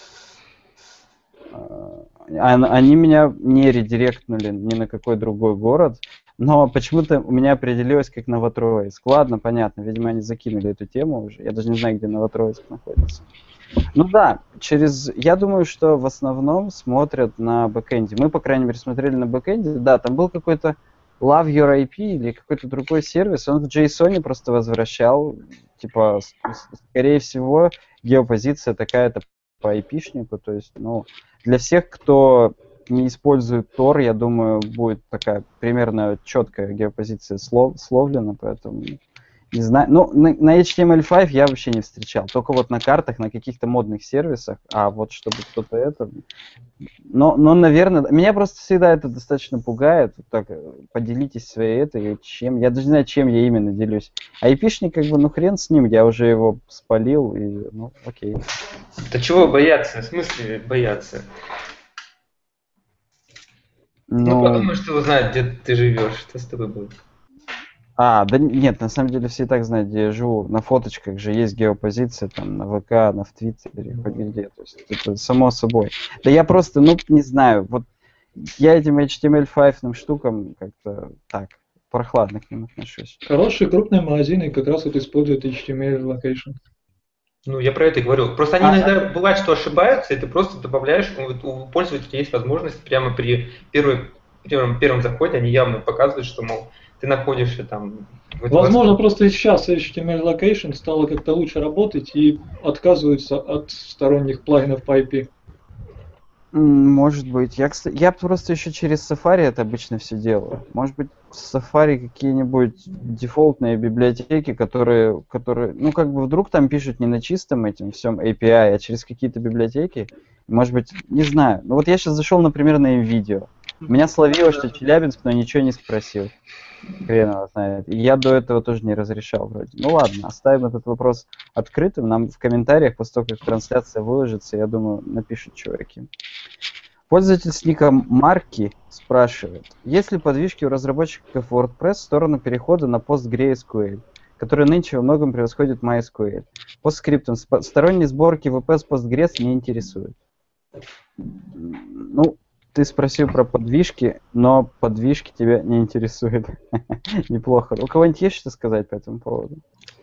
Они меня не редиректнули ни на какой другой город, но почему-то у меня определилось как Новотроицк. Ладно, понятно, видимо, они закинули эту тему уже. Я даже не знаю, где Новотроицк находится. Ну да, через, я думаю, что в основном смотрят на бэкэнде. Мы, по крайней мере, смотрели на бэкэнде. Да, там был какой-то Love Your ай пи или какой-то другой сервис. Он в JSON просто возвращал, типа, скорее всего, геопозиция такая-то по айпишнику. То есть, ну, для всех, кто не использует Тор, я думаю, будет такая примерно четкая геопозиция слов, словлена, поэтому... Не знаю, ну, на, на эйч ти эм эль пять я вообще не встречал, только вот на картах, на каких-то модных сервисах, а вот чтобы кто-то это... Но, но, наверное, меня просто всегда это достаточно пугает, так, поделитесь своей этой, чем, я даже не знаю, чем я именно делюсь. Айпишник, как бы, ну, хрен с ним, я уже его спалил, и, ну, окей. Да чего бояться, в смысле бояться? Ну, Ну, подумай, что узнать, где ты живешь, что с тобой будет. А, да нет, на самом деле все и так знают, где я живу. На фоточках же есть геопозиция, там, на ВК, на в Твиттере, хоть где. То есть это само собой. Да я просто, ну, не знаю, вот я этим эйч ти эм эль пять штукам как-то так, прохладно к ним отношусь. Хорошие крупные магазины как раз вот используют эйч ти эм эль location. Ну, я про это и говорю. Просто они А, иногда бывает, что ошибаются, и ты просто добавляешь, у, у пользователя есть возможность прямо при первой, первом, первом заходе, они явно показывают, что, мол, ты находишься там... В Возможно, просто сейчас эйч ти эм эль location стало как-то лучше работать и отказываются от сторонних плагинов по ай пи. Может быть. Я, кстати, я просто еще через Safari это обычно все делаю. Может быть, в Safari какие-нибудь дефолтные библиотеки, которые, которые, ну, как бы вдруг там пишут не на чистом этим всем эй пи ай, а через какие-то библиотеки. Может быть, не знаю. Ну, вот я сейчас зашел, например, на NVIDIA. Меня словило, что Челябинск, но ничего не спросил. Хрен его знает. И я до этого тоже не разрешал вроде. Ну ладно, оставим этот вопрос открытым. Нам в комментариях, после того, как трансляция выложится, я думаю, напишут чуваки. Пользователь с ником Марки спрашивает, есть ли подвижки у разработчиков WordPress в сторону перехода на PostgreSQL, который нынче во многом превосходит MySQL? По скриптам сторонней сборки ви пи с Postgres не интересует. Ну, ты спросил про подвижки, но подвижки тебя не интересуют. Неплохо. У кого-нибудь есть что сказать по этому поводу?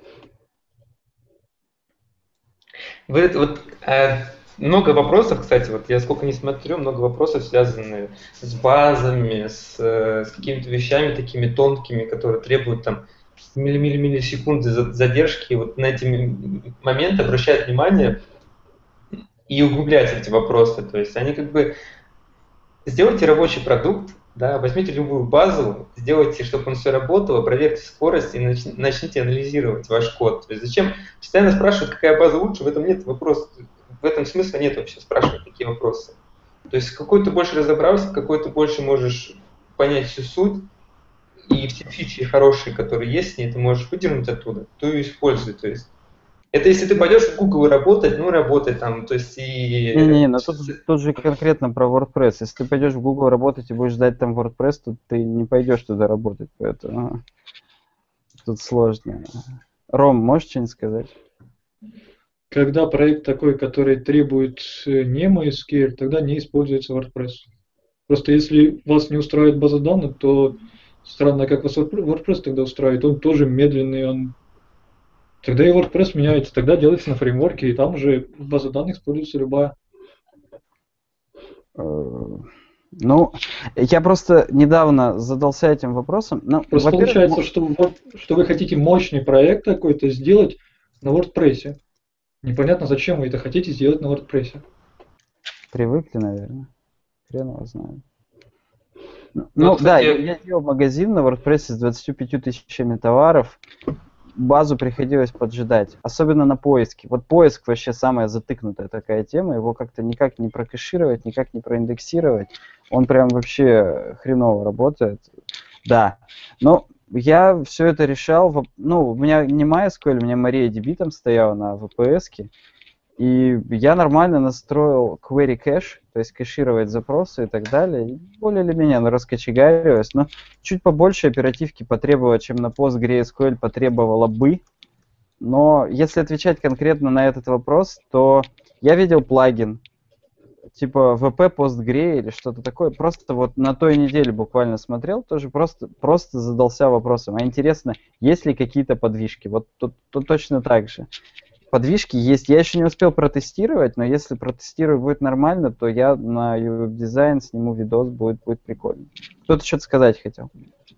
Вы, вот, э, много вопросов, кстати, вот я сколько не смотрю, много вопросов связаны с базами, с, с какими-то вещами такими тонкими, которые требуют там милли-милли-миллисекунды задержки. Вот на эти моменты обращают внимание и углубляют эти вопросы. То есть они как бы... Сделайте рабочий продукт, да, возьмите любую базу, сделайте, чтобы он все работало, проверьте скорость и нач, начните анализировать ваш код. То есть зачем постоянно спрашивают, какая база лучше, в этом нет вопроса, в этом смысла нет вообще спрашивать такие вопросы. То есть какой ты больше разобрался, какой ты больше можешь понять всю суть, и все фичи хорошие, которые есть с ней, ты можешь выдернуть оттуда, то и используй. То есть это если ты пойдешь в Google работать, ну работай там, то есть и... Не-не, но тут, тут же конкретно про WordPress. Если ты пойдешь в Google работать и будешь ждать там WordPress, то ты не пойдешь туда работать, поэтому тут сложно. Ром, можешь что-нибудь сказать? Когда проект такой, который требует не MySQL, тогда не используется WordPress. Просто если вас не устраивает база данных, то странно, как вас WordPress тогда устраивает. Он тоже медленный, он... Тогда и WordPress меняется, тогда делается на фреймворке, и там уже база данных используется любая. Ну, я просто недавно задался этим вопросом. Ну, просто получается, что, что вы хотите мощный проект какой-то сделать на WordPress. Непонятно, зачем вы это хотите сделать на WordPress. Привыкли, наверное. Хрен его знает. Ну, ну кстати, да, я, я делал магазин на WordPress с двадцатью пятью тысячами товаров. Базу приходилось поджидать, особенно на поиске. Вот поиск вообще самая затыкнутая такая тема, его как-то никак не прокэшировать, никак не проиндексировать. Он прям вообще хреново работает. Да, но я все это решал, ну, у меня не MySQL, у меня MariaDB там стояла на ви пи эс-ке, и я нормально настроил query cache, то есть кэшировать запросы и так далее, и более или менее оно раскочегарилось, но чуть побольше оперативки потребовало, чем на PostgreSQL потребовало бы. Но если отвечать конкретно на этот вопрос, то я видел плагин, типа ви пи Postgre или что-то такое, просто вот на той неделе буквально смотрел, тоже просто, просто задался вопросом, а интересно, есть ли какие-то подвижки? Вот тут, тут точно так же. Подвижки есть. Я еще не успел протестировать, но если протестирую будет нормально, то я на ю веб-дизайн сниму видос, будет, будет прикольно. Кто-то что-то сказать хотел.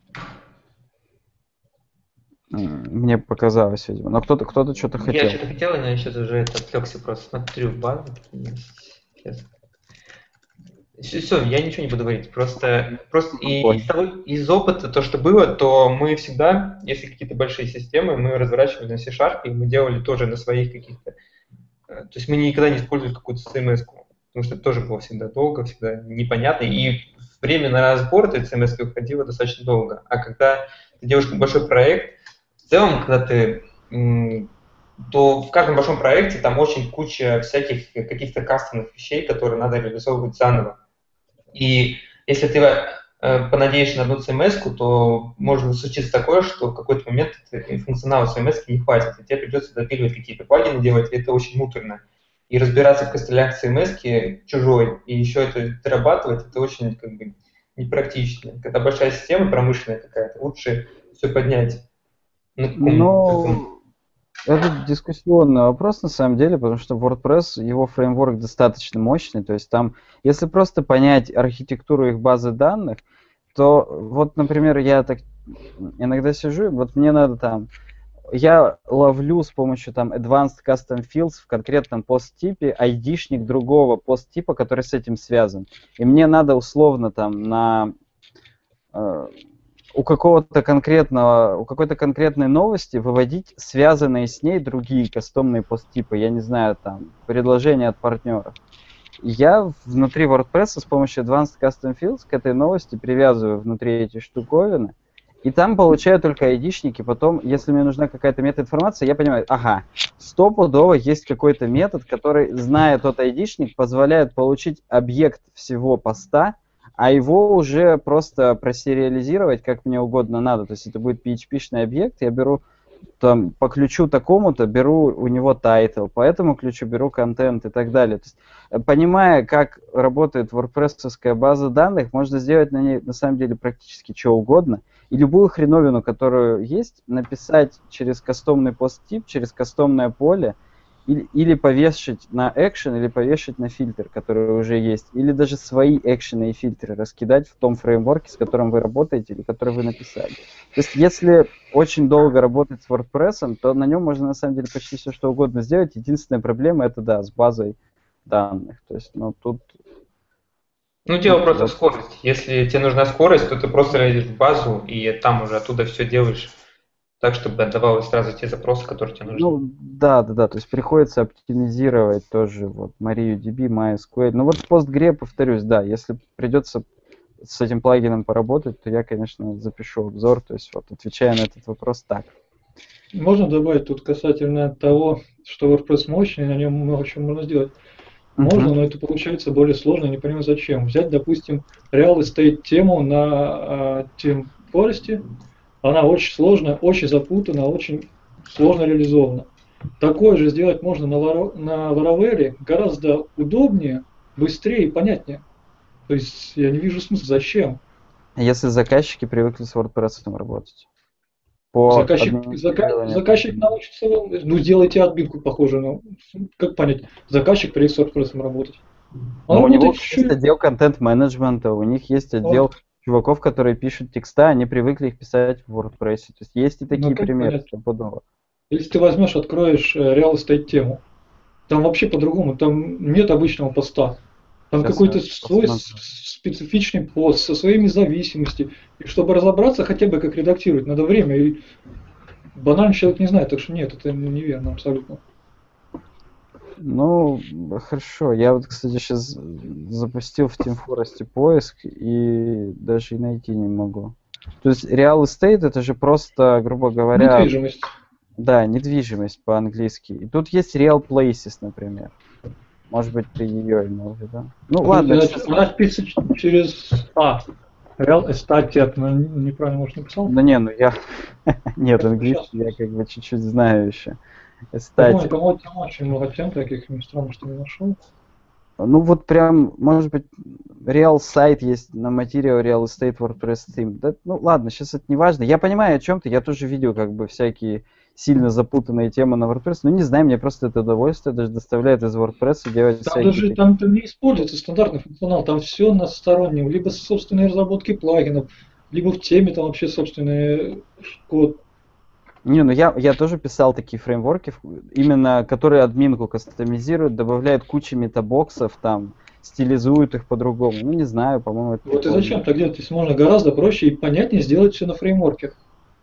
Мне показалось, видимо. Но кто-то кто-то что-то хотел. Я что-то хотел, но я сейчас уже отвлекся, просто смотрю в базу. Сейчас. Все, все, я ничего не буду говорить. Просто, просто и, из, того, из опыта, то, что было, то мы всегда, если какие-то большие системы, мы разворачивали на C-Sharp, и мы делали тоже на своих каких-то... То есть мы никогда не использовали какую-то си эм эс-ку, потому что это тоже было всегда долго, всегда непонятно, и время на разбор этой си эм эс-ки уходило достаточно долго. А когда ты делаешь большой проект, в целом, когда ты... то в каждом большом проекте там очень куча всяких каких-то кастомных вещей, которые надо реализовывать заново. И если ты э, понадеешься на одну си эм эс-ку, то может случиться такое, что в какой-то момент функционала си эм эс-ки не хватит, и тебе придется допиливать какие-то плагины делать, и это очень муторно. И разбираться в костылях си эм эс-ки чужой, и еще это дорабатывать, это очень как бы непрактично. Когда большая система промышленная какая-то, лучше все поднять. Ну, это дискуссионный вопрос на самом деле, потому что WordPress, его фреймворк достаточно мощный, то есть там, если просто понять архитектуру их базы данных, то вот, например, я так иногда сижу, вот мне надо там, я ловлю с помощью там Advanced Custom Fields в конкретном пост-типе айдишник другого пост-типа, который с этим связан, и мне надо условно там на... у какого-то конкретного, у какой-то конкретной новости выводить связанные с ней другие кастомные посттипы, я не знаю, там, предложения от партнеров. Я внутри WordPress с помощью Advanced Custom Fields к этой новости привязываю внутри эти штуковины, и там получаю только айдишники. Потом, если мне нужна какая-то метаинформация, я понимаю, ага, стопудово есть какой-то метод, который, зная тот айдишник, позволяет получить объект всего поста, а его уже просто просериализировать как мне угодно надо. То есть это будет пи эйч пи-шный объект, я беру там по ключу такому-то, беру у него title, по этому ключу беру контент и так далее. То есть, понимая, как работает WordPress-овская база данных, можно сделать на ней на самом деле практически что угодно. И любую хреновину, которую есть, написать через кастомный пост-тип, через кастомное поле, или, или повешать на экшен, или повешать на фильтр, который уже есть, или даже свои экшены и фильтры раскидать в том фреймворке, с которым вы работаете, или который вы написали. То есть, если очень долго работать с WordPress, то на нем можно на самом деле почти все что угодно сделать. Единственная проблема это, да, с базой данных. То есть, ну, тут... Ну, дело просто в скорости. Если тебе нужна скорость, то ты просто лезешь в базу, и там уже оттуда все делаешь так, чтобы отдавалось сразу те запросы, которые тебе нужны. Ну, да, да, да. То есть приходится оптимизировать тоже вот MariaDB, MySQL. Ну вот в PostgreSQL, повторюсь, да, если придется с этим плагином поработать, то я, конечно, запишу обзор. То есть вот отвечая на этот вопрос так. Можно добавить тут касательно того, что WordPress мощный, на нем много чего можно сделать. Можно, uh-huh. но это получается более сложно, не понимаю зачем. Взять, допустим, Real Estate тему на Team Forest, она очень сложная, очень запутана, очень сложно реализована. Такое же сделать можно на, Laro, на Laravel гораздо удобнее, быстрее и понятнее. То есть я не вижу смысла, зачем. Если заказчики привыкли с WordPress работать. По заказчик, зака, заказчик научится, ну сделайте админку похожую, ну, как понять, заказчик привык с WordPress работать. Но у него есть чуть... отдел контент-менеджмента, у них есть отдел вот. чуваков, которые пишут текста, они привыкли их писать в WordPress. То есть есть и такие ну, примеры. Если ты возьмешь, откроешь Real Estate тему, там вообще по-другому, там нет обычного поста. Там Сейчас какой-то свой посмотрю. специфичный пост со своими зависимостями. И чтобы разобраться хотя бы как редактировать, надо время. И банально человек не знает, так что нет, это неверно абсолютно. Ну, хорошо. Я вот, кстати, сейчас запустил в Team Forest поиск и даже и найти не могу. То есть Real Estate это же просто, грубо говоря... Недвижимость. Да, недвижимость по-английски. И тут есть Real Places, например. Может быть, ты ее имел в виду? Ну, ладно. Это, сейчас... Она пишется через А. Real Estate, но неправильно, может, написал? Да не, ну я... Нет, английский я как бы чуть-чуть знаю еще. Estate. По-моему, там очень много тем таких, мне странно, что не нашел. Ну вот прям, может быть, Real сайт есть на Material Real Estate WordPress Theme. Да, ну ладно, сейчас это не важно. Я понимаю о чем ты, я тоже видел как бы всякие сильно запутанные темы на WordPress, но не знаю, мне просто это удовольствие даже доставляет из WordPress делать там всякие... Даже, там, там не используется стандартный функционал, там все на стороннем, либо собственные разработки плагинов, либо в теме там вообще собственный код. Не, ну я, я тоже писал такие фреймворки, именно которые админку кастомизируют, добавляют кучу метабоксов, там, стилизуют их по-другому. Ну не знаю, по-моему, это Вот прикольно. И зачем так делать, если можно гораздо проще и понятнее сделать все на фреймворке?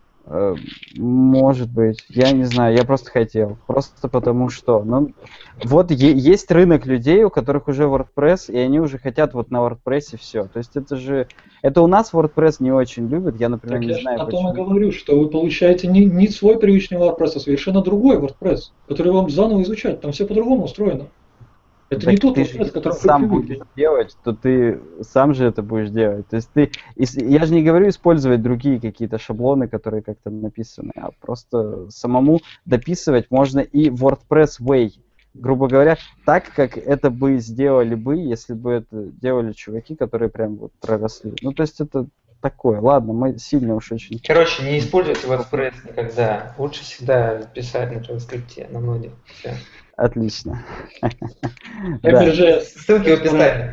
Может быть, я не знаю, я просто хотел, просто потому что, ну, вот е- есть рынок людей, у которых уже WordPress, и они уже хотят вот на WordPress все, то есть это же, это у нас WordPress не очень любят, я, например, так не я знаю о почему. том и говорю, что вы получаете не, не свой привычный WordPress, а совершенно другой WordPress, который вам заново изучать, там все по-другому устроено. Это так не тот WordPress, который ты сам будешь делать, то ты сам же это будешь делать. То есть ты, я же не говорю использовать другие какие-то шаблоны, которые как-то написаны, а просто самому дописывать можно и WordPress Way. Грубо говоря, так, как это бы сделали бы, если бы это делали чуваки, которые прям вот проросли. Ну, то есть это такое. Ладно, мы сильно уж очень... Короче, не используйте WordPress никогда. Лучше всегда писать на JavaScript, на ноде. Все. Отлично. Да. Же ссылки в описании.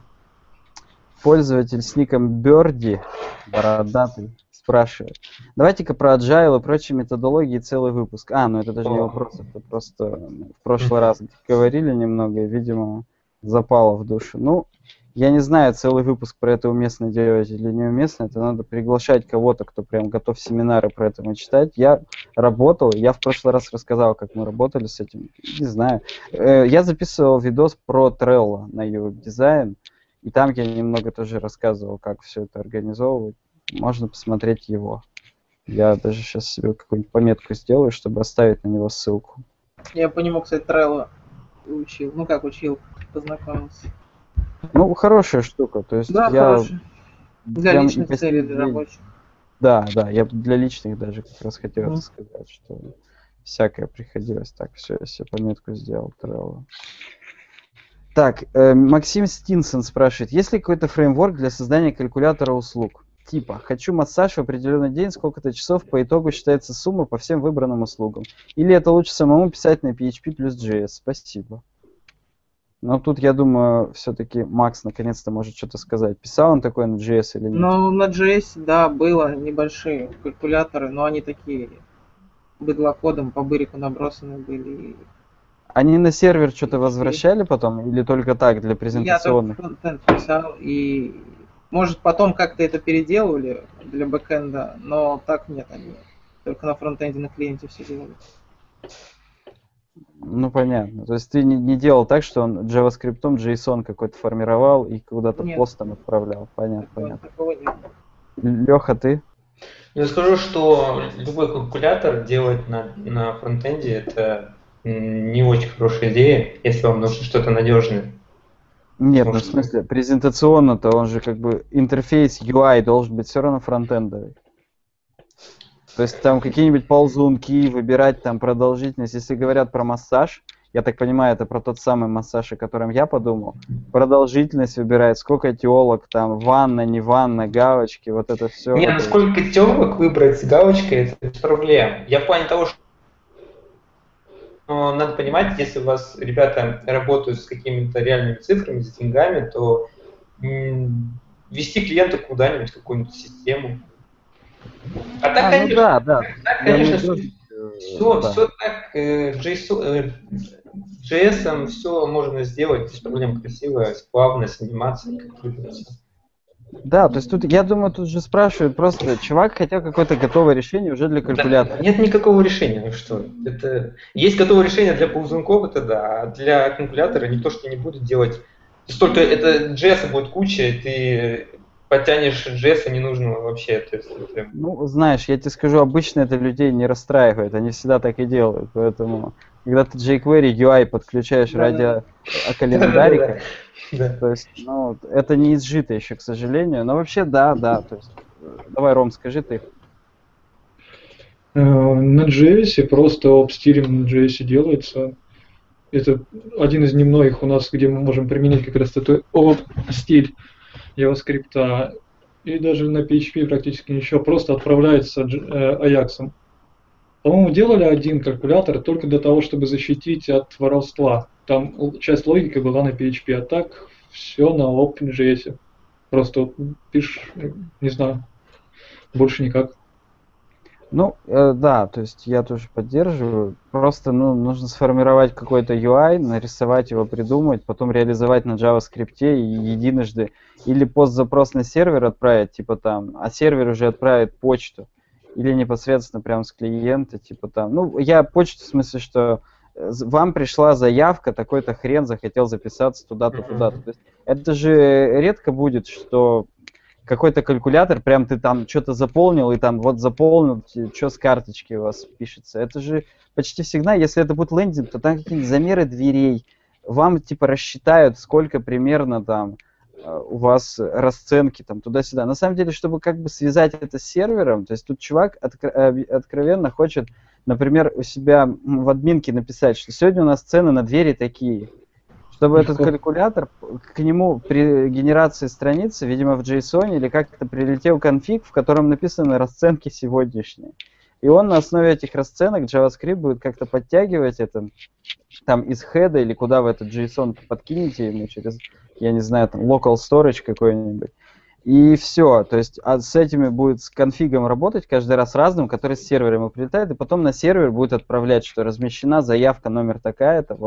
Пользователь с ником Birdie, бородатый, спрашивает. Давайте-ка про Agile и прочие методологии целый выпуск. А, ну это даже не вопрос, это просто в прошлый раз говорили немного и, видимо, запало в душу. Ну, Я не знаю, целый выпуск про это уместно делать или неуместно. Это надо приглашать кого-то, кто прям готов семинары про это читать. Я работал, я в прошлый раз рассказал, как мы работали с этим. Не знаю. Я записывал видос про Trello на ю экс-дизайн, и там я немного тоже рассказывал, как все это организовывать. Можно посмотреть его. Я даже сейчас себе какую-нибудь пометку сделаю, чтобы оставить на него ссылку. Я по нему, кстати, Trello учил. Ну как учил, познакомился. Ну, хорошая штука. То есть Да, я хорошая. Для прям личных целей, для рабочих. Да, да, я для личных даже как раз хотел Мгм. это сказать, что всякое приходилось. Так, все, я себе пометку сделал. Trello. Так, э, Максим Стинсон спрашивает, есть ли какой-то фреймворк для создания калькулятора услуг? Типа, хочу массаж в определенный день, сколько-то часов, по итогу считается сумма по всем выбранным услугам. Или это лучше самому писать на пи эйч пи плюс джей эс? Спасибо. Но тут, я думаю, все-таки Макс наконец-то может что-то сказать. Писал он такое на джей эс или нет? Ну, на джей эс, да, было небольшие калькуляторы, но они такие быдлокодом по бырику набросаны были. Они на сервер что-то возвращали потом? Или только так, для Я только презентационных? фронтенд писал, и может потом как-то это переделывали для бэкэнда, но так нет, они только на фронтенде, на клиенте все делали. Ну, понятно. То есть ты не, не делал так, что он JavaScript JSON какой-то формировал и куда-то Нет. постом отправлял? Понятно, понятно. Такого нет. Леха, ты? Я скажу, что любой калькулятор делать на, на фронтенде это м, не очень хорошая идея, если вам нужно что-то надежное. Нет, ну в Может, смысле, презентационно-то он же как бы интерфейс ю ай должен быть все равно фронтендовый. То есть там какие-нибудь ползунки, выбирать там продолжительность. Если говорят про массаж, я так понимаю, это про тот самый массаж, о котором я подумал. Продолжительность выбирает, сколько телок, там, ванна, не ванна, галочки, вот это все. Не, насколько телок выбрать с галочкой, это без проблем. Я в плане того, что но надо понимать, если у вас ребята работают с какими-то реальными цифрами, с деньгами, то м, ввести клиента куда-нибудь, в какую-нибудь систему. А так, А, ну конечно, да, да. так, Я конечно, имею в виду, все, да. все так, э, JSON, э, джей эс все можно сделать без проблем красиво, плавно, с анимацией, как двигаться. Да, то есть тут, я думаю, тут же спрашивают просто, чувак хотел какое-то готовое решение уже для калькулятора. Да, нет никакого решения, ну что, это есть готовое решение для ползунков, это да, а для калькулятора никто что не будет делать. Столько, это джей эс будет куча, и ты подтянешь джей эс ненужного вообще. То есть, это... Ну, знаешь, я тебе скажу, обычно это людей не расстраивает, они всегда так и делают, поэтому, когда ты jQuery ю ай подключаешь Да, ради да. календарика, Да. то есть, ну, это не изжито еще, к сожалению, но вообще, да, да, то есть, давай, Ром, скажи ты. Э, На джей эс просто обстилинг на джей эс делается. Это один из немногих у нас, где мы можем применить как раз этот стиль JavaScript. И даже на пи эйч пи практически ничего, просто отправляется Ajax. По-моему, делали один калькулятор только для того, чтобы защитить от воровства. Там л- часть логики была на пи эйч пи, а так все на OpenJS. Просто вот пишешь, не знаю, больше никак. Ну, э, да, то есть я тоже поддерживаю. Просто, ну, нужно сформировать какой-то ю ай, нарисовать его, придумать, потом реализовать на JavaScript и единожды или постзапрос на сервер отправить, типа там, а сервер уже отправит почту. Или непосредственно прям с клиента, типа там. Ну, я почту в смысле, что э, з- вам пришла заявка, такой-то хрен захотел записаться туда-то, Мгм. туда-то. То есть это же редко будет, что какой-то калькулятор, прям ты там что-то заполнил, и там вот заполнил, что с карточки у вас пишется. Это же почти всегда, если это будет лендинг, то там какие-нибудь замеры дверей, вам типа рассчитают, сколько примерно там э, у вас расценки там туда-сюда. На самом деле, чтобы как бы связать это с сервером, то есть тут чувак откро- э, откровенно хочет, например, у себя м, в админке написать, что сегодня у нас цены на двери такие. Чтобы этот Легко. калькулятор, к нему при генерации страницы, видимо, в JSON или как-то прилетел конфиг, в котором написаны расценки сегодняшние. И он на основе этих расценок JavaScript будет как-то подтягивать это там из хеда или куда в этот JSON подкинете ему через, я не знаю, там local storage какой-нибудь. И все, то есть а с этими будет с конфигом работать каждый раз разным, который с сервера ему прилетает, и потом на сервер будет отправлять, что размещена заявка номер такая-то, вот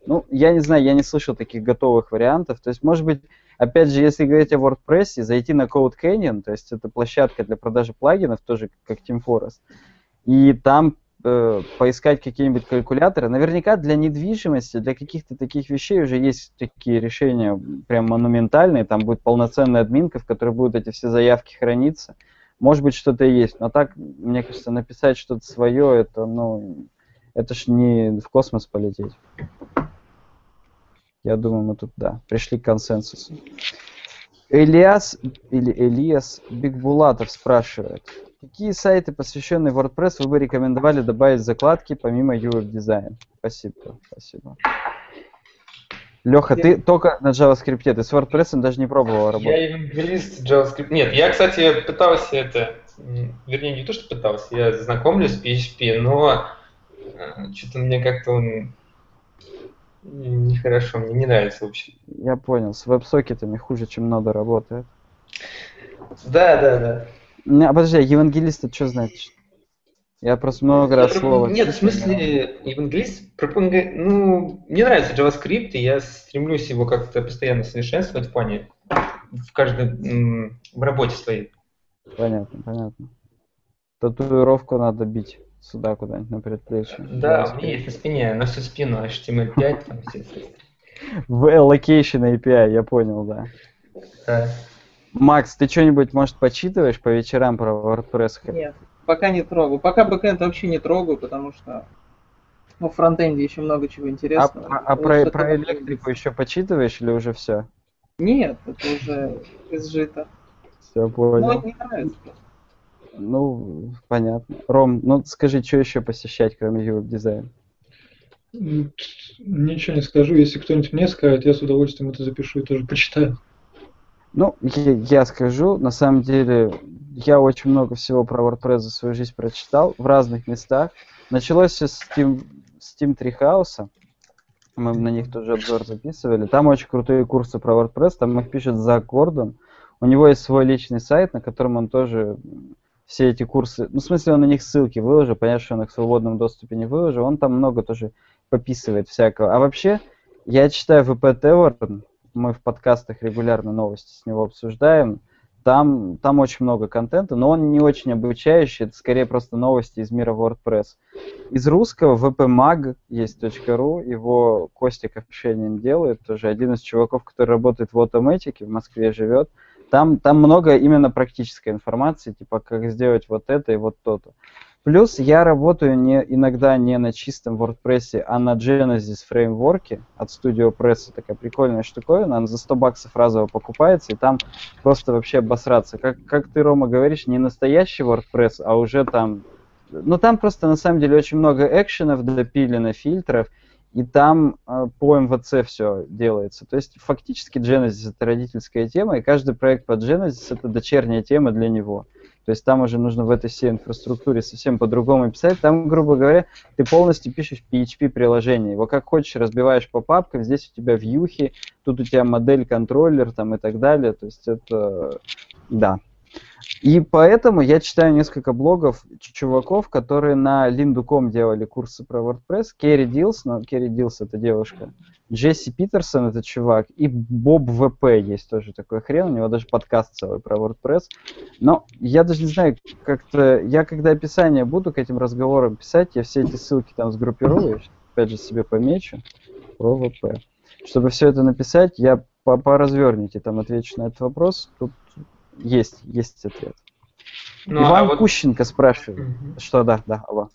Ну, я не знаю, я не слышал таких готовых вариантов. То есть, может быть, опять же, если говорить о WordPress, зайти на Code Canyon, то есть это площадка для продажи плагинов, тоже как Team Forest, и там э, поискать какие-нибудь калькуляторы. Наверняка для недвижимости, для каких-то таких вещей уже есть такие решения прям монументальные, там будет полноценная админка, в которой будут эти все заявки храниться. Может быть, что-то и есть, но так, мне кажется, написать что-то свое, это, ну, это ж не в космос полететь. Я думаю, мы тут, да, пришли к консенсусу. Элиас, или Элиас Бигбулатов спрашивает, какие сайты, посвященные WordPress, вы бы рекомендовали добавить в закладки, помимо ю веб дизайн? Спасибо, спасибо. Леха, ты только на JavaScript, ты с WordPress даже не пробовал работать. Я евангелист JavaScript. Нет, я, кстати, пытался это, вернее, не то, что пытался, я знакомлюсь с пи эйч пи, но что-то мне как-то он нехорошо, мне не нравится вообще. Я понял, с веб-сокетами хуже, чем нода работает. Да, да, да. Не, подожди, евангелист это что значит? Я просто много раз Я слово... пропон- Нет, в смысле, евангелист, пропон- ну, мне нравится JavaScript, и я стремлюсь его как-то постоянно совершенствовать в плане, в каждой, м, в работе своей. Понятно, понятно. Татуировку надо бить сюда куда-нибудь на предплечье. Да, у меня есть на спине, на всю спину эйч ти эм эль пять, там все. В Allocation эй пи ай, я понял, да. Да. Макс, ты что-нибудь, может, почитываешь по вечерам про WordPress? Нет, пока не трогаю. Пока бэкэнд вообще не трогаю, потому что ну, в фронтенде еще много чего А, интересного. а- а Вот про, что-то про такое электрику есть. еще почитываешь или уже все? Нет, это уже изжито. Все, Ну, понял. не нравится просто. Ну, понятно. Ром, ну скажи, что еще посещать, кроме ю веб дизайна? М, Ничего не скажу. Если кто-нибудь мне скажет, я с удовольствием это запишу и тоже почитаю. Ну, я, я скажу, на самом деле, я очень много всего про WordPress за свою жизнь прочитал в разных местах. Началось все с Steam, Steam Treehouse. Мы на них тоже обзор записывали. Там очень крутые курсы про WordPress. Там их пишет Зак Гордон. У него есть свой личный сайт, на котором он тоже все эти курсы... Ну, в смысле, он на них ссылки выложил. Понятно, что он их в свободном доступе не выложил. Он там много тоже пописывает всякого. А вообще, я читаю ви пи Tavern. Мы в подкастах регулярно новости с него обсуждаем. Там, там очень много контента, но он не очень обучающий, это скорее просто новости из мира WordPress. Из русского ви пи mag есть .ру, его Костик Овчинин делает, тоже один из чуваков, который работает в Automatic, в Москве живет. Там, там много именно практической информации, типа как сделать вот это и вот то-то. Плюс я работаю не, иногда не на чистом WordPress, а на Genesis фреймворке от Studio Press. Такая прикольная штуковина, она за сто баксов разово покупается, и там просто вообще обосраться. Как, как ты, Рома, говоришь, не настоящий WordPress, а уже там... Ну, там просто на самом деле очень много экшенов допилено, фильтров, и там э, по эм ви си все делается. То есть фактически Genesis это родительская тема, и каждый проект под Genesis это дочерняя тема для него. То есть там уже нужно в этой всей инфраструктуре совсем по-другому писать. Там, грубо говоря, ты полностью пишешь пи эйч пи-приложение. Его как хочешь разбиваешь по папкам. Здесь у тебя вьюхи, тут у тебя модель-контроллер там, и так далее. То есть это... Да. И поэтому я читаю несколько блогов чуваков, которые на линду точка ком делали курсы про WordPress. Керри Дилс, ну, Керри Дилс это девушка. Джесси Питерсон это чувак. И Боб вэ пэ есть тоже такой хрен. У него даже подкаст целый про WordPress. Но я даже не знаю, как-то... Я когда описание буду к этим разговорам писать, я все эти ссылки там сгруппирую. Опять же себе помечу. Про вэ пэ. Чтобы все это написать, я поразверните там отвечу на этот вопрос. Тут есть, есть ответ. Ну, Иван а вот... Кущенко спрашивает. Мгм. Что, да, да, алло.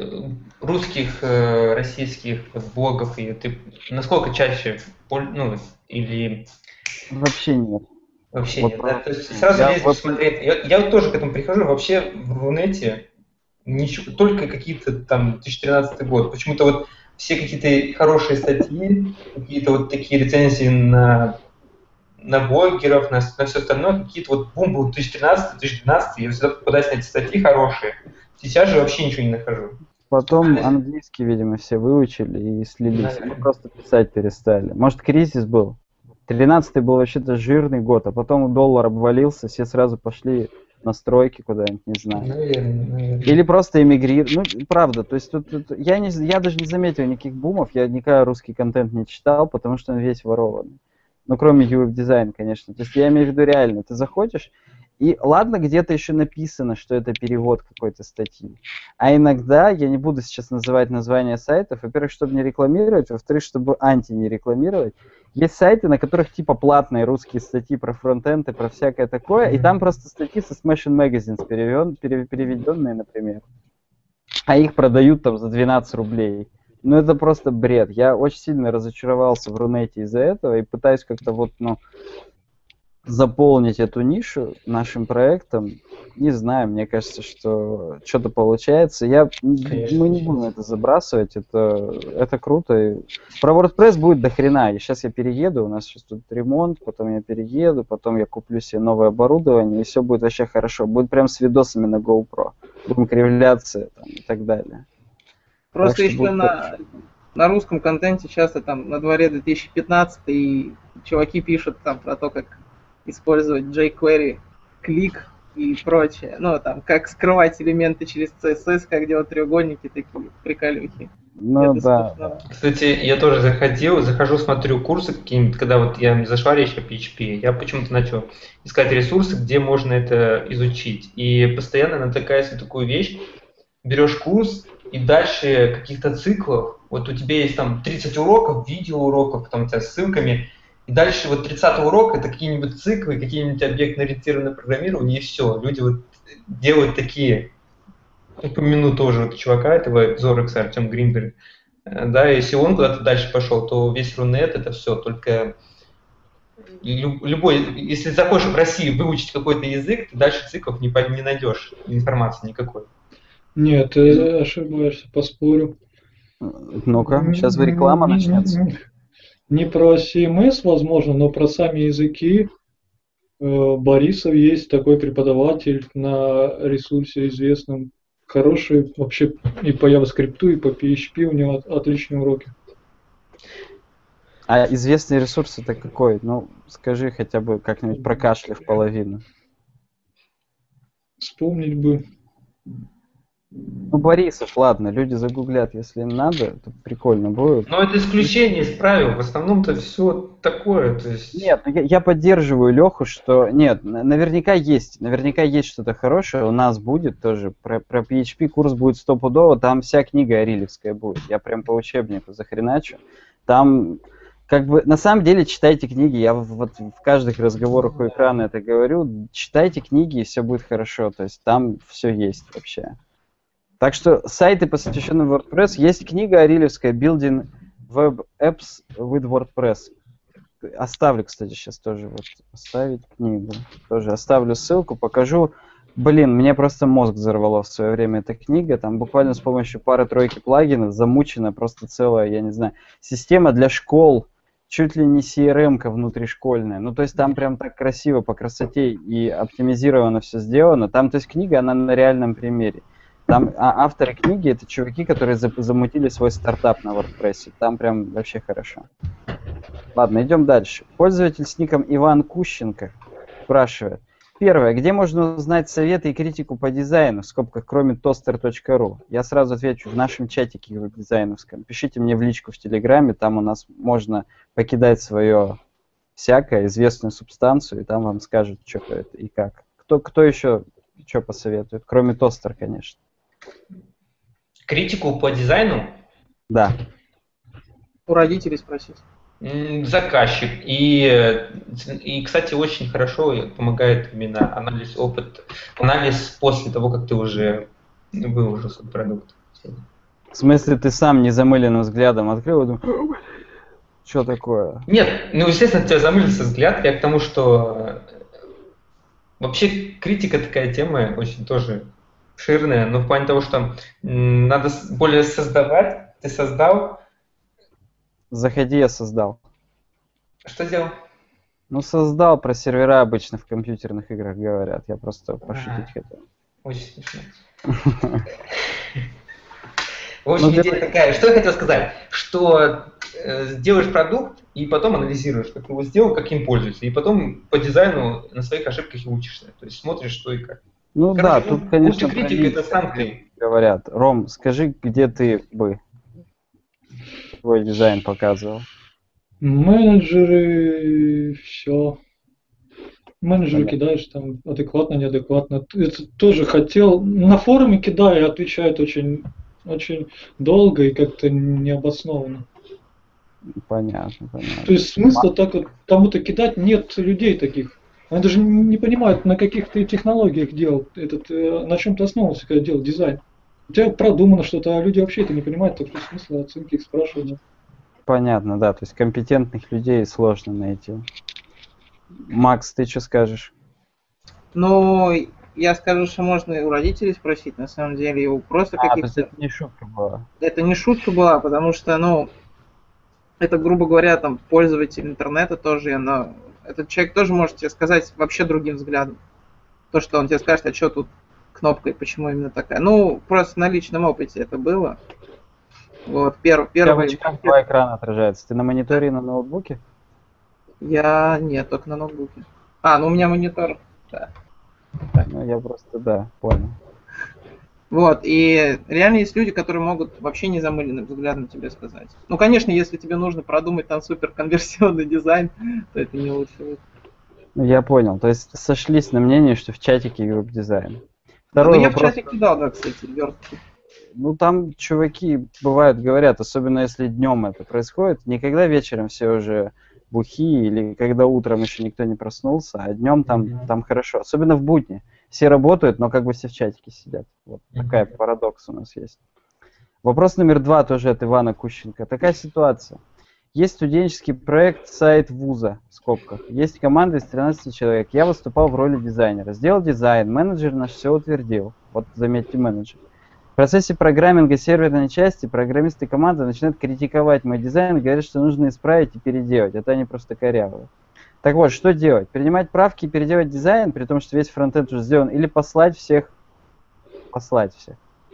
Русских, э, российских блогов, и ты насколько чаще, поль- ну, или Вообще нет. вообще Вот нет, да? правда. То есть сразу Я лезешь вот- смотреть. Я, я вот тоже к этому прихожу, вообще в Рунете ничего, только какие-то там две тысячи тринадцатый год. Почему-то вот все какие-то хорошие статьи, какие-то вот такие рецензии на, на блогеров, на, на все остальное, какие-то вот бум был две тысячи тринадцатый — две тысячи двенадцатый, я всегда попадаюсь на эти статьи хорошие. Сейчас же вообще ничего не нахожу. Потом английский, видимо, все выучили и слились. Наверное. Мы просто писать перестали. Может, кризис был? Тринадцатый был вообще-то жирный год, а потом доллар обвалился, все сразу пошли настройки куда-нибудь, не знаю. Наверное, наверное. Или просто эмигрировать. Ну, правда, то есть тут, тут я, не, я даже не заметил никаких бумов, я никогда русский контент не читал, потому что он весь ворованный. Ну, кроме ю экс-дизайн, конечно. То есть я имею в виду реально, ты заходишь, и ладно, где-то еще написано, что это перевод какой-то статьи. А иногда, я не буду сейчас называть названия сайтов, во-первых, чтобы не рекламировать, во-вторых, чтобы анти не рекламировать. Есть сайты, на которых типа платные русские статьи про фронтенд и про всякое такое, и там просто статьи со Smashing Magazines переведен, переведенные, например. А их продают там за двенадцать рублей. Ну это просто бред. Я очень сильно разочаровался в Рунете из-за этого и пытаюсь как-то вот, ну, заполнить эту нишу нашим проектом. Не знаю, мне кажется, что что-то получается. Я, Конечно, мы не будем это забрасывать, это, это круто. И про WordPress будет до хрена. И сейчас я перееду, у нас сейчас тут ремонт, потом я перееду, потом я куплю себе новое оборудование, и все будет вообще хорошо. Будет прям с видосами на GoPro. Будем кривляться там, и так далее. Просто Так что еще будет на, на русском контенте часто там на дворе две тысячи пятнадцатый, и чуваки пишут там про то, как использовать jQuery, клик и прочее. Ну, там, как скрывать элементы через си эс эс, как делать треугольники, такие приколюхи. Ну Это да. смешно. Кстати, я тоже заходил, захожу, смотрю курсы какие-нибудь, когда вот я зашла речь о пи эйч пи, я почему-то начал искать ресурсы, где можно это изучить. И постоянно натыкаюсь на такую вещь, берешь курс, и дальше каких-то циклов, вот у тебя есть там тридцать уроков, видеоуроков, потом у тебя с ссылками, и дальше вот тридцатый урок это какие-нибудь циклы, какие-нибудь объектно-ориентированное программирование, и все. Люди вот делают такие. Упомяну тоже вот чувака, этого Зорекса, Артем Гринберг. Да, если он куда-то дальше пошел, то весь Рунет это все, только любой, если захочешь в России выучить какой-то язык, ты дальше циклов не, не найдешь, информации никакой. Нет, ты ошибаешься, поспорю. Ну-ка, сейчас реклама начнется. Не про си эм эс, возможно, но про сами языки. Борисов есть такой преподаватель на ресурсе известном. Хороший вообще и по JavaScript, и по пи эйч пи у него отличные уроки. А известный ресурс это какой? Ну, скажи хотя бы как-нибудь прокашляв половину. Вспомнить бы. Ну, Борисов, ладно, люди загуглят, если им надо, то прикольно будет. Но это исключение из правил, в основном-то все такое. То есть... Нет, я, я поддерживаю Леху, что нет, наверняка есть, наверняка есть что-то хорошее, у нас будет тоже, про, про пи эйч пи курс будет стопудово, там вся книга арилевская будет, я прям по учебнику захреначу, там... Как бы, на самом деле, читайте книги, я вот в каждых разговорах у экрана это говорю, читайте книги, и все будет хорошо, то есть там все есть вообще. Так что сайты, посвященные WordPress, есть книга арилевская Building Web Apps with WordPress. Оставлю, кстати, сейчас тоже вот оставить книгу, тоже оставлю ссылку, покажу. Блин, мне просто мозг взорвало в свое время эта книга, там буквально с помощью пары-тройки плагинов замучена просто целая, я не знаю, система для школ, чуть ли не си эр эм-ка внутришкольная. Ну, то есть там прям так красиво, по красоте и оптимизировано все сделано. Там, то есть книга, она на реальном примере. Там а авторы книги это чуваки, которые замутили свой стартап на WordPress. Там прям вообще хорошо. Ладно, идем дальше. Пользователь с ником Иван Кущенко спрашивает. Первое. Где можно узнать советы и критику по дизайну, в скобках, кроме toaster точка ру? Я сразу отвечу в нашем чатике веб-дизайновском. Пишите мне в личку в Телеграме, там у нас можно покидать свое всякое, известную субстанцию, и там вам скажут, что это и как. Кто, кто еще что посоветует? Кроме тостер, конечно. Критику по дизайну? Да. У родителей спросить. Заказчик. И, и, кстати, очень хорошо помогает именно анализ опыта, анализ после того, как ты уже выложил свой продукт. В смысле, ты сам незамыленным взглядом открыл и думал, что такое? Нет, ну, естественно, у тебя замылился взгляд. Я к тому, что вообще критика такая тема очень тоже обширная, но в плане того, что надо более создавать, ты создал. Заходи, я создал. Что сделал? Ну, создал, про сервера обычно в компьютерных играх говорят. Я просто пошутить А, хотел. очень смешно. В общем, идея такая. Что я хотел сказать? Что сделаешь продукт, и потом анализируешь, как ты его сделал, как им пользуются, и потом по дизайну на своих ошибках и учишься. То есть смотришь, что и как. Ну Короче, да, тут, конечно, лучший критик это сам ты. говорят. Ром, скажи, где ты бы твой дизайн показывал? Менеджеры, все. Менеджеры Понятно. кидаешь там адекватно, неадекватно. Это тоже хотел. На форуме кидаю, и отвечают очень, очень долго и как-то необоснованно. Понятно, понятно. То есть смысла так вот кому-то кидать, нет людей таких. Они даже не понимают, на каких ты технологиях делал этот, э, на чем ты основывался, когда делал дизайн. У тебя продумано что-то, а люди вообще это не понимают, так что смысла оценки их спрашивать. Понятно, да, то есть компетентных людей сложно найти. Макс, ты что скажешь? Ну, я скажу, что можно и у родителей спросить, на самом деле, и у просто А, то есть каких-то... это не шутка была. Это не шутка была, потому что, ну, это, грубо говоря, там, пользователь интернета тоже, но этот человек тоже может тебе сказать вообще другим взглядом. То, что он тебе скажет, а что тут кнопкой, почему именно такая. Ну, просто на личном опыте это было. Вот, пер, У тебя в первый... очках два экрана отражаются. Ты на мониторе и на ноутбуке? Я... Нет, только на ноутбуке. А, ну у меня монитор, да. Ну, я просто, да, понял. Вот, и реально есть люди, которые могут вообще незамыленным взглядом тебе сказать. Ну, конечно, если тебе нужно продумать там супер конверсионный дизайн, то это не лучший выход. Ну, я понял. То есть сошлись на мнении, что в чатике групп-дизайн. Второй Ну, я в вопрос. чате кидал, да, кстати, верстки. Ну, там чуваки бывают говорят, особенно если днем это происходит, не когда вечером все уже бухие или когда утром еще никто не проснулся, а днем там, mm-hmm. там хорошо. Особенно в будни. Все работают, но как бы все в чатике сидят. Вот mm-hmm. такая парадокс у нас есть. Вопрос номер два тоже от Ивана Кущенко. Такая ситуация. Есть студенческий проект сайт вуза, в скобках. Есть команда из тринадцати человек. Я выступал в роли дизайнера. Сделал дизайн, менеджер наш все утвердил. Вот заметьте, менеджер. В процессе программинга серверной части программисты команды начинают критиковать мой дизайн и говорят, что нужно исправить и переделать. Это они просто корявые. Так вот, что делать? Принимать правки и переделать дизайн, при том, что весь фронтенд уже сделан, или послать всех? Послать всех.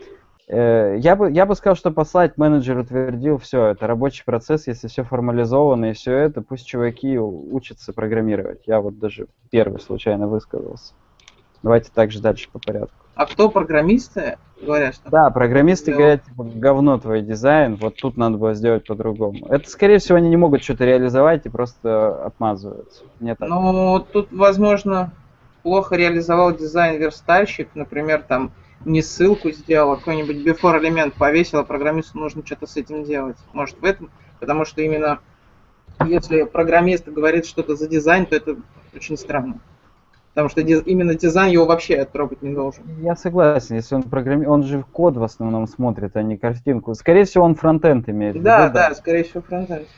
Э, я бы, я бы сказал, что послать менеджер утвердил, все, это рабочий процесс, если все формализовано и все это, пусть чуваки учатся программировать. Я вот даже первый случайно высказался. Давайте также дальше по порядку. А кто программисты говорят, что... Да, программисты говорят, типа, говно твой дизайн, вот тут надо было сделать по-другому. Это, скорее всего, они не могут что-то реализовать и просто отмазываются. Мне так. Ну, тут, возможно, плохо реализовал дизайн верстальщик, например, там не ссылку сделал, а какой-нибудь before элемент повесил, а программисту нужно что-то с этим делать. Может, в этом? Потому что именно если программист говорит что-то за дизайн, то это очень странно. Потому что диз... именно дизайн его вообще трогать не должен. Я согласен, если он программирует, он же код в основном смотрит, а не картинку. Скорее всего, он фронтенд имеет в виду. Да, да, скорее всего, фронтенд.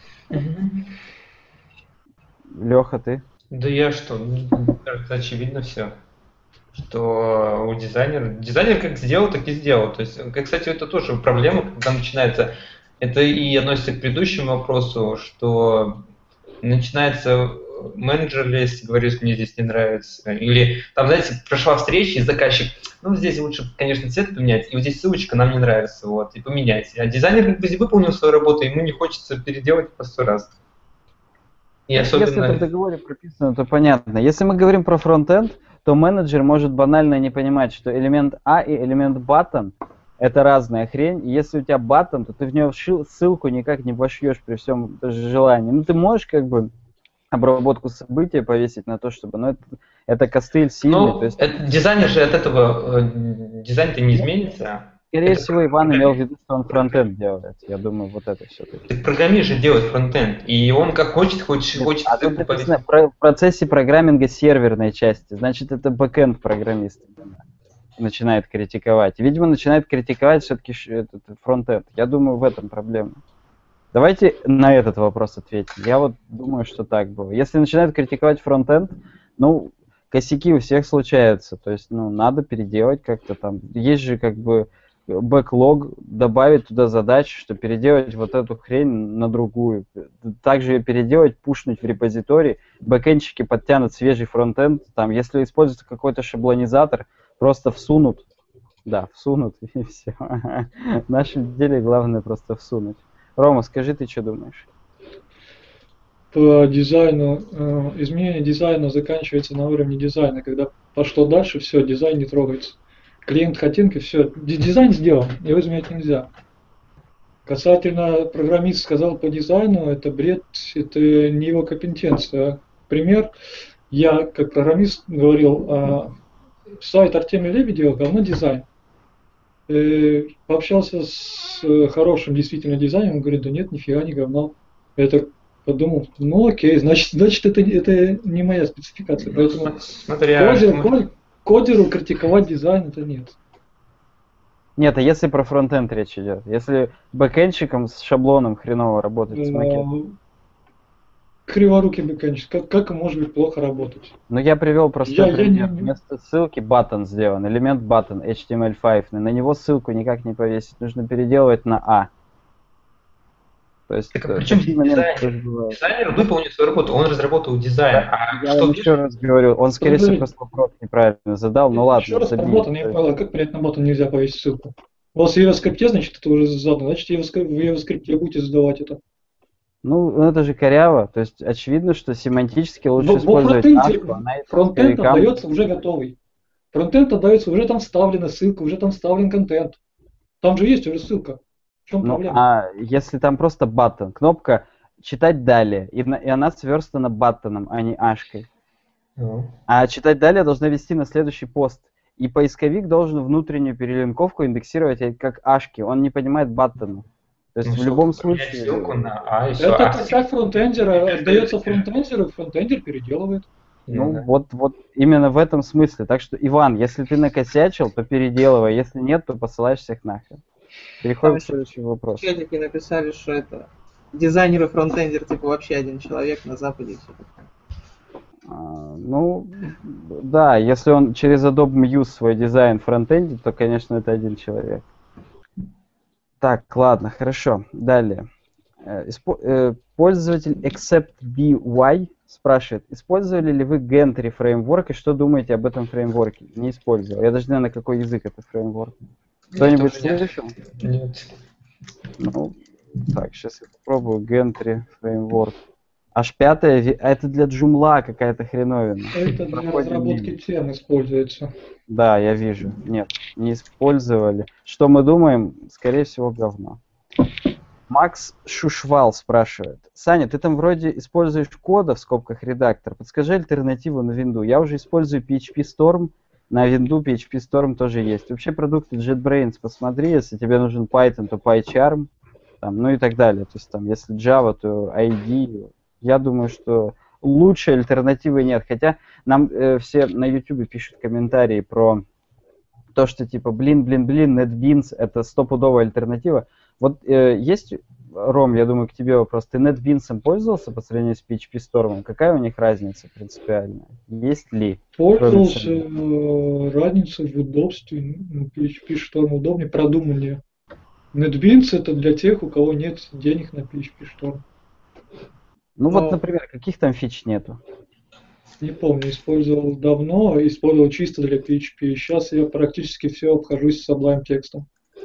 Леха, ты? Да я что, кажется, очевидно все. Что у дизайнера... Дизайнер как сделал, так и сделал. То есть, кстати, это тоже проблема, когда начинается... Это и относится к предыдущему вопросу, что начинается... менеджер лезть, говорит, мне здесь не нравится. Или там, знаете, прошла встреча, и заказчик, ну, здесь лучше, конечно, цвет поменять, и вот здесь ссылочка нам не нравится, вот, и поменять. А дизайнер как бы выполнил свою работу, ему не хочется переделать по сто раз. И особенно... Если это в договоре прописано, то понятно. Если мы говорим про фронтенд, то менеджер может банально не понимать, что элемент А и элемент button — это разная хрень. И если у тебя button, то ты в него ссылку никак не вошьешь при всем даже желании. Ну, ты можешь как бы обработку события повесить на то, чтобы... Ну, это, это костыль сильный. Ну, то есть... это, дизайнер же от этого... Э, дизайн-то не изменится. Скорее это всего, Иван имел в виду, что он фронтенд делает. Я думаю, вот это все-таки. Так программист же делает фронтенд, и он как хочет, хочет, хочет... А тут написано в процессе программинга серверной части. Значит, это бэкэнд программист начинает критиковать. Видимо, начинает критиковать все-таки этот фронтенд. Я думаю, в этом проблема. Давайте на этот вопрос ответим. Я вот думаю, что так было. Если начинают критиковать фронтенд, ну, косяки у всех случаются. То есть, ну, надо переделать как-то там. Есть же как бы бэклог, добавить туда задачу, что переделать вот эту хрень на другую. Также ее переделать, пушнуть в репозиторий. Бэкэндчики подтянут свежий фронтенд. Там, если используется какой-то шаблонизатор, просто всунут. Да, всунут и все. В нашем деле главное просто всунуть. Рома, скажи, ты что думаешь? по дизайну, э, изменение дизайна заканчивается на уровне дизайна. Когда пошло дальше, все, дизайн не трогается. Клиент хотинки, все, дизайн сделан, его изменять нельзя. Касательно программист сказал по дизайну, это бред, это не его компетенция. Пример, я как программист говорил, сайт Артемия Лебедева, говно дизайн. Пообщался с хорошим действительно дизайнером, он говорит, да нет, нифига не говно. Я так подумал, ну окей, значит, значит это, это не моя спецификация. Поэтому Смотря, кодер, код, кодеру критиковать дизайн это нет. Нет, а если про фронтенд речь идет? Если бэкэндщиком с шаблоном хреново работать с макетом? Криворукий бэкэндщик, как, как может быть плохо работать? Ну я привел просто Я- я пример. не- Вместо ссылки button сделан, элемент button, эйч ти эм эль пять. На него ссылку никак не повесить, нужно переделывать на А. То есть, Так, а э, при чем такие здесь моменты дизайнер? тоже бывают. Дизайнер выполнит свою работу, он разработал дизайн. А Я что вам пишет? еще раз говорю, он, скорее всего, Подожди. просто вопрос неправильно задал. Ну ладно, Еще раз про забей. ботан, я понял, а как понять на ботан нельзя повесить ссылку? У вас в JavaScript, значит, это уже задано, значит, в JavaScript будете задавать это. Ну, это же коряво. То есть, очевидно, что семантически лучше Во- во использовать фронтенде Ашку, она это фронтенд скорее кам- отдается уже готовый. Фронтенд отдается, уже там вставлена ссылка, уже там вставлен контент. Там же есть уже ссылка. В чем Ну, проблема? а если там просто баттон, кнопка «Читать далее», и, на- и она сверстана баттоном, а не ашкой. Ну. А читать далее должна вести на следующий пост. И поисковик должен внутреннюю перелинковку индексировать как ашки. Он не понимает баттона. То есть Ну, в что, любом поменять случае... ссылку на А и все. Это А, как фронтендера, отдается фронтендеру, фронтендер переделывает. Ну, да. вот, вот именно в этом смысле. Так что, Иван, если ты накосячил, то переделывай. Если нет, то посылаешь всех нахрен. Переходим Там к следующему В вопросу. чатике написали, что это дизайнер и фронтендер, типа вообще один человек на Западе. Всё такое. А, ну, да, если он через Adobe Muse свой дизайн фронтендит, то, конечно, это один человек. Так, ладно, хорошо. Далее. Э, испо- э, Пользователь ExceptBy спрашивает, использовали ли вы Gentry фреймворк и что думаете об этом фреймворке? Не использовал. Я даже не знаю, на какой язык это фреймворк. Кто-нибудь тоже нет. слышал? Нет. Ну, так, сейчас я попробую. Gentry фреймворк. Аж пятая, ви- а это для Joomla какая-то хреновина. Это для Проходим разработки мимо. тем используется. Да, я вижу. Нет, не использовали. Что мы думаем? Скорее всего, говно. Макс Шушвал спрашивает. Саня, ты там вроде используешь кода в скобках редактор. Подскажи альтернативу на винду. Я уже использую пи эйч пи Storm. На винду пи эйч пи Storm тоже есть. Вообще продукты JetBrains посмотри. Если тебе нужен Python, то PyCharm. Там, ну и так далее. То есть там, если Java, то ай ди. Я думаю, что лучшей альтернативы нет. Хотя нам э, все на YouTube пишут комментарии про то, что типа, блин, блин, блин, NetBeans это стопудовая альтернатива. Вот э, есть, Ром, я думаю, к тебе вопрос. Ты NetBeans пользовался по сравнению с пи эйч пи Storm? Какая у них разница принципиальная? Есть ли? Пользовался э, разницей в удобстве. Ну, пи эйч пи Storm удобнее, продуманнее. NetBeans это для тех, у кого нет денег на пи эйч пи Storm. Ну вот, Но- например, каких там фич нету? Не помню, использовал давно, использовал чисто для пи эйч пи. Сейчас я практически все обхожусь с Sublime текстом.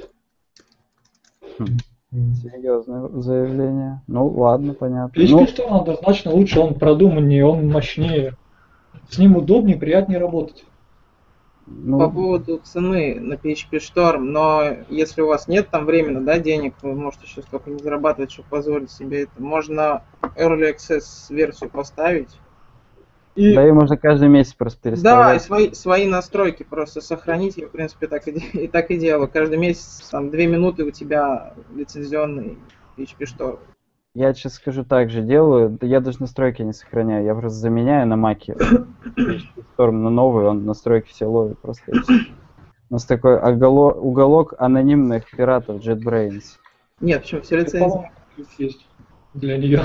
Серьезное заявление. Ну ладно, понятно. пи эйч пи Ну, Storm однозначно лучше, он продуманнее, он мощнее. С ним удобнее, приятнее работать. ну, По поводу цены на пи эйч пи Storm, но если у вас нет там временно, да, денег, вы можете еще столько не зарабатывать, чтобы позволить себе это. Можно Early Access версию поставить. И, да, и можно каждый месяц просто да, и переставлять. свои, свои настройки просто сохранить. Я, в принципе, так и, де- и так и делаю. Каждый месяц, там, две минуты у тебя лицензионный пи эйч пи Storm. Я сейчас скажу, так же делаю. Да я даже настройки не сохраняю. Я просто заменяю на маке пи эйч пи Storm на новый, он настройки все ловит просто. и всё. У нас такой оголо- уголок анонимных пиратов JetBrains. Нет, почему? Все Это, лицензии. по-моему, ключ есть для нее.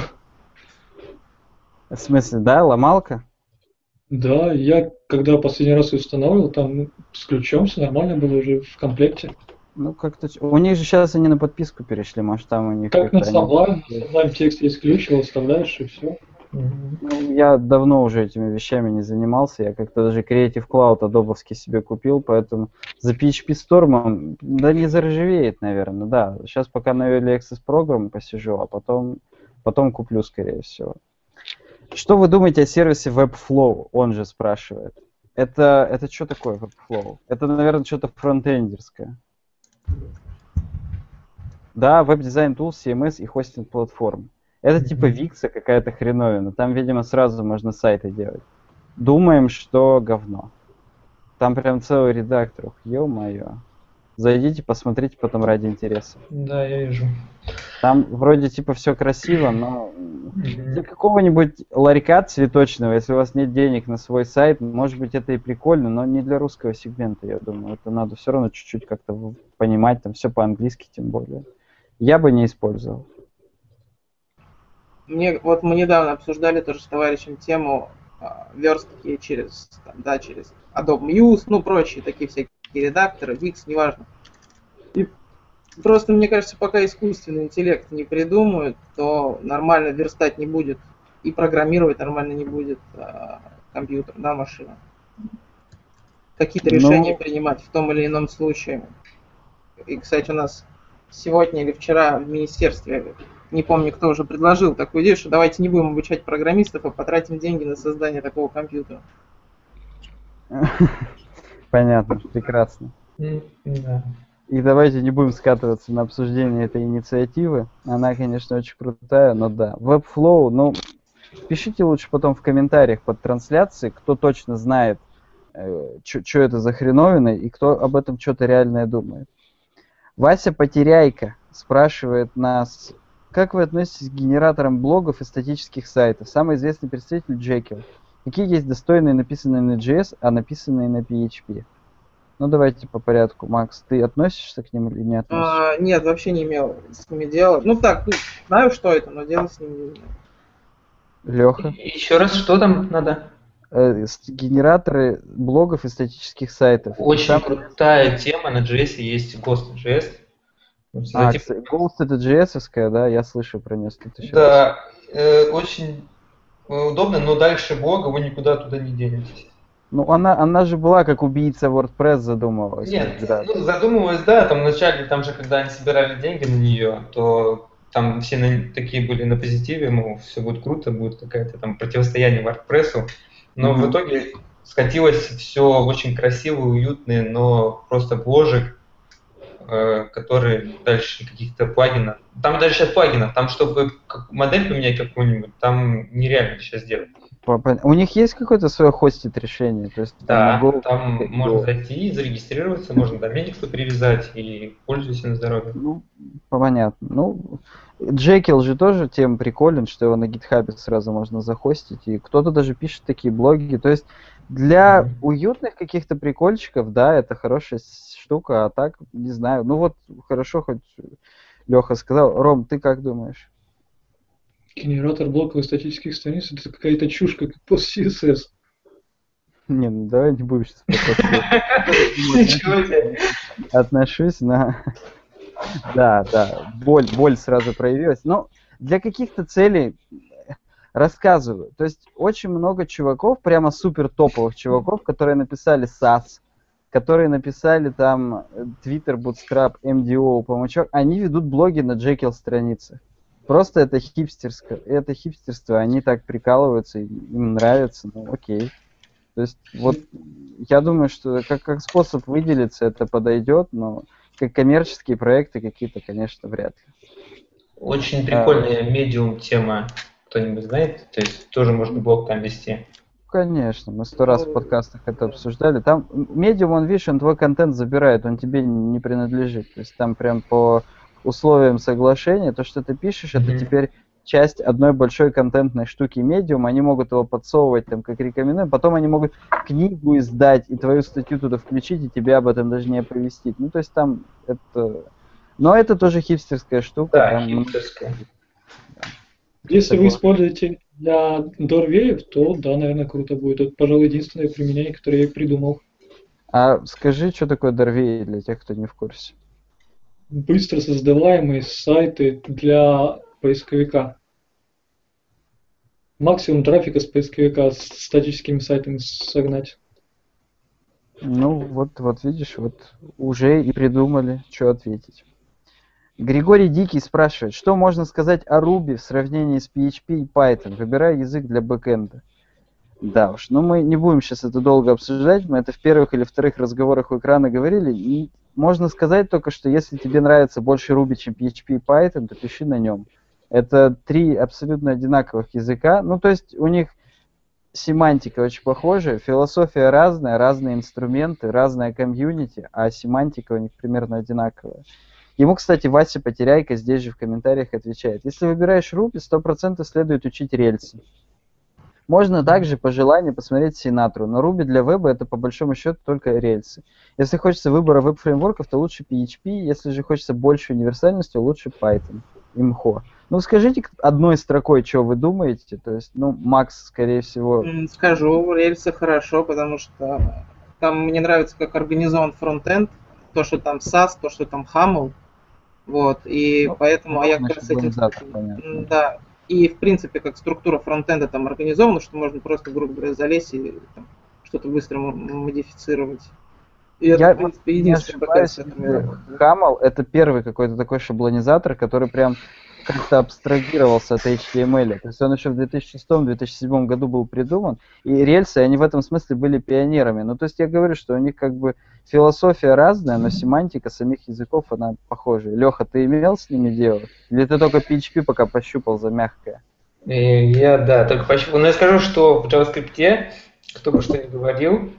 В смысле, да, ломалка? Да, я когда последний раз ее устанавливал, там с ключом все нормально было уже в комплекте. Ну, как-то... ч- У них же сейчас они на подписку перешли, может, там у них... Как на как-то они- Sublime, на Sublime текст есть ключ, его вставляешь и все. Ну, я давно уже этими вещами не занимался, я как-то даже Creative Cloud адобовский себе купил, поэтому за пи эйч пи Storm он, да не заржавеет, наверное, да. Сейчас пока на Early Access Program посижу, а потом, потом куплю, скорее всего. Что вы думаете о сервисе Webflow? Он же спрашивает. Это, это что такое Webflow? Это, наверное, что-то фронтендерское. Да, веб-дизайн тул, си эм эс и хостинг платформ. Это типа Викса какая-то хреновина. Там, видимо, сразу можно сайты делать. Думаем, что говно. Там прям целый редактор. Ух, ё-моё. Зайдите, посмотрите потом ради интереса. Да, я вижу. Там вроде типа все красиво, но для какого-нибудь ларька цветочного, если у вас нет денег на свой сайт, может быть это и прикольно, но не для русского сегмента, я думаю. Это надо все равно чуть-чуть как-то понимать, там все по-английски тем более. Я бы не использовал. Мне, вот мы недавно обсуждали тоже с товарищем тему а, верстки через, там, да, через Adobe Muse, ну, прочие такие всякие редакторы, Wix, неважно. И просто, мне кажется, пока искусственный интеллект не придумают, то нормально верстать не будет и программировать нормально не будет а, компьютер, да, машина. Какие-то решения ну... принимать в том или ином случае. И, кстати, у нас сегодня или вчера в министерстве, не помню, кто уже предложил такую идею, что давайте не будем обучать программистов, а потратим деньги на создание такого компьютера. Понятно, прекрасно. Да. И давайте не будем скатываться на обсуждение этой инициативы. Она, конечно, очень крутая, но да. Webflow, ну, пишите лучше потом в комментариях под трансляцией, кто точно знает, э, что это за хреновина и кто об этом что-то реальное думает. Вася Потеряйка спрашивает нас, как вы относитесь к генераторам блогов и статических сайтов? Самый известный представитель Jekyll. Какие есть достойные, написанные на джей эс, а написанные на пи эйч пи? Ну, давайте по порядку. Макс, ты относишься к ним или не относишься? А, нет, вообще не имел с ними дела. Ну так, ну, знаю, что это, но дела с ними не имел. Леха? Еще раз, что там надо? Э, генераторы блогов и статических сайтов. Очень там... крутая тема, на джей эс есть Ghost.js. А, типа... Ghost это джей эс-овская, да? Я слышу про нее. Да, э, очень удобно, но дальше блога вы никуда туда не денетесь. Ну, она, она же была как убийца WordPress задумывалась. Нет, ну, задумывалась, да, там вначале, там же, когда они собирали деньги на нее, то там все на, такие были на позитиве, мол, все будет круто, будет какое-то там противостояние WordPress, но mm-hmm. в итоге скатилось все очень красиво, уютно, но просто бложек, э, которые дальше каких-то плагинов. Там даже сейчас плагинов, там чтобы модель поменять какую-нибудь, там нереально сейчас сделать. У них есть какое-то свое хостит решение? То есть, да, там, там можно зайти, зарегистрироваться, можно доменник привязать и пользуйся на здоровье. Ну, понятно. Ну, Jekyll же тоже тем приколен, что его на гитхабе сразу можно захостить, и кто-то даже пишет такие блоги. То есть для mm-hmm. уютных каких-то прикольчиков, да, это хорошая штука, а так, не знаю. Ну вот, хорошо, хоть Леха сказал. Ром, ты как думаешь? Генератор блоковых статических страниц — это какая-то чушь, как пост си эс эс. Не, ну давай не будем сейчас про отношусь на... Да, да, боль, боль сразу проявилась. Но для каких-то целей рассказываю. То есть очень много чуваков, прямо супер топовых чуваков, которые написали сас, которые написали там Twitter, Bootstrap, эм ди о, помочок, они ведут блоги на Jekyll страницах. Просто это хипстерское, это хипстерство, они так прикалываются, им нравится, ну окей. То есть вот я думаю, что как, как способ выделиться это подойдет, но как коммерческие проекты какие-то, конечно, вряд ли. Очень прикольная а, медиум тема, кто-нибудь знает? То есть тоже можно блог там вести. Конечно, мы сто раз в подкастах это обсуждали. Там медиум, он, видишь, он твой контент забирает, он тебе не принадлежит. То есть там прям по условиям соглашения, то, что ты пишешь, mm-hmm. это теперь часть одной большой контентной штуки медиум, они могут его подсовывать там как рекомендуем, потом они могут книгу издать и твою статью туда включить, и тебя об этом даже не оповестить. Ну, то есть там это... Но это тоже хипстерская штука. Да, там... хипстерская. Если вы используете для дорвеев, то да, наверное, круто будет. Это, пожалуй, единственное применение, которое я придумал. А скажи, что такое дорвей для тех, кто не в курсе? Быстро создаваемые сайты для поисковика. Максимум трафика с поисковика с статическими сайтами согнать. Ну, вот, вот видишь, вот уже и придумали, что ответить. Григорий Дикий спрашивает, что можно сказать о Ruby в сравнении с пи эйч пи и Python, выбирая язык для бэкэнда. Да уж, но мы не будем сейчас это долго обсуждать, мы это в первых или вторых разговорах у экрана говорили, и можно сказать только, что если тебе нравится больше Ruby, чем пи эйч пи и Python, то пиши на нем. Это три абсолютно одинаковых языка, ну то есть у них семантика очень похожая, философия разная, разные инструменты, разная комьюнити, а семантика у них примерно одинаковая. Ему, кстати, Вася Потеряйка здесь же в комментариях отвечает. Если выбираешь Ruby, сто процентов следует учить рельсы. Можно также по желанию посмотреть Синатру, но Ruby для веба это по большому счету только рельсы. Если хочется выбора веб-фреймворков, то лучше пи эйч пи, если же хочется большей универсальности, лучше Python, имхо. Ну скажите одной строкой, что вы думаете, то есть, ну, Макс, скорее всего... Скажу, рельсы хорошо, потому что там мне нравится, как организован фронтенд, то, что там сас, то, что там хамл, вот, и ну, поэтому, а я как раз с этим... Да. И, в принципе, как структура фронтенда там организована, что можно просто, грубо говоря, залезть и там, что-то быстро модифицировать. И это, я, в принципе, единственный ошибаюсь, Хамл — это первый какой-то такой шаблонизатор, который прям как-то абстрагировался от эйч ти эм эл. То есть он еще в две тысячи шестом — две тысячи седьмом году был придуман, и рельсы, они в этом смысле были пионерами. Ну, то есть я говорю, что у них как бы философия разная, но семантика самих языков, она похожая. Леха, ты имел с ними дело? Или ты только пи эйч пи пока пощупал за мягкое? Я, да, только пощупал. Но я скажу, что в JavaScript, кто бы что ни говорил,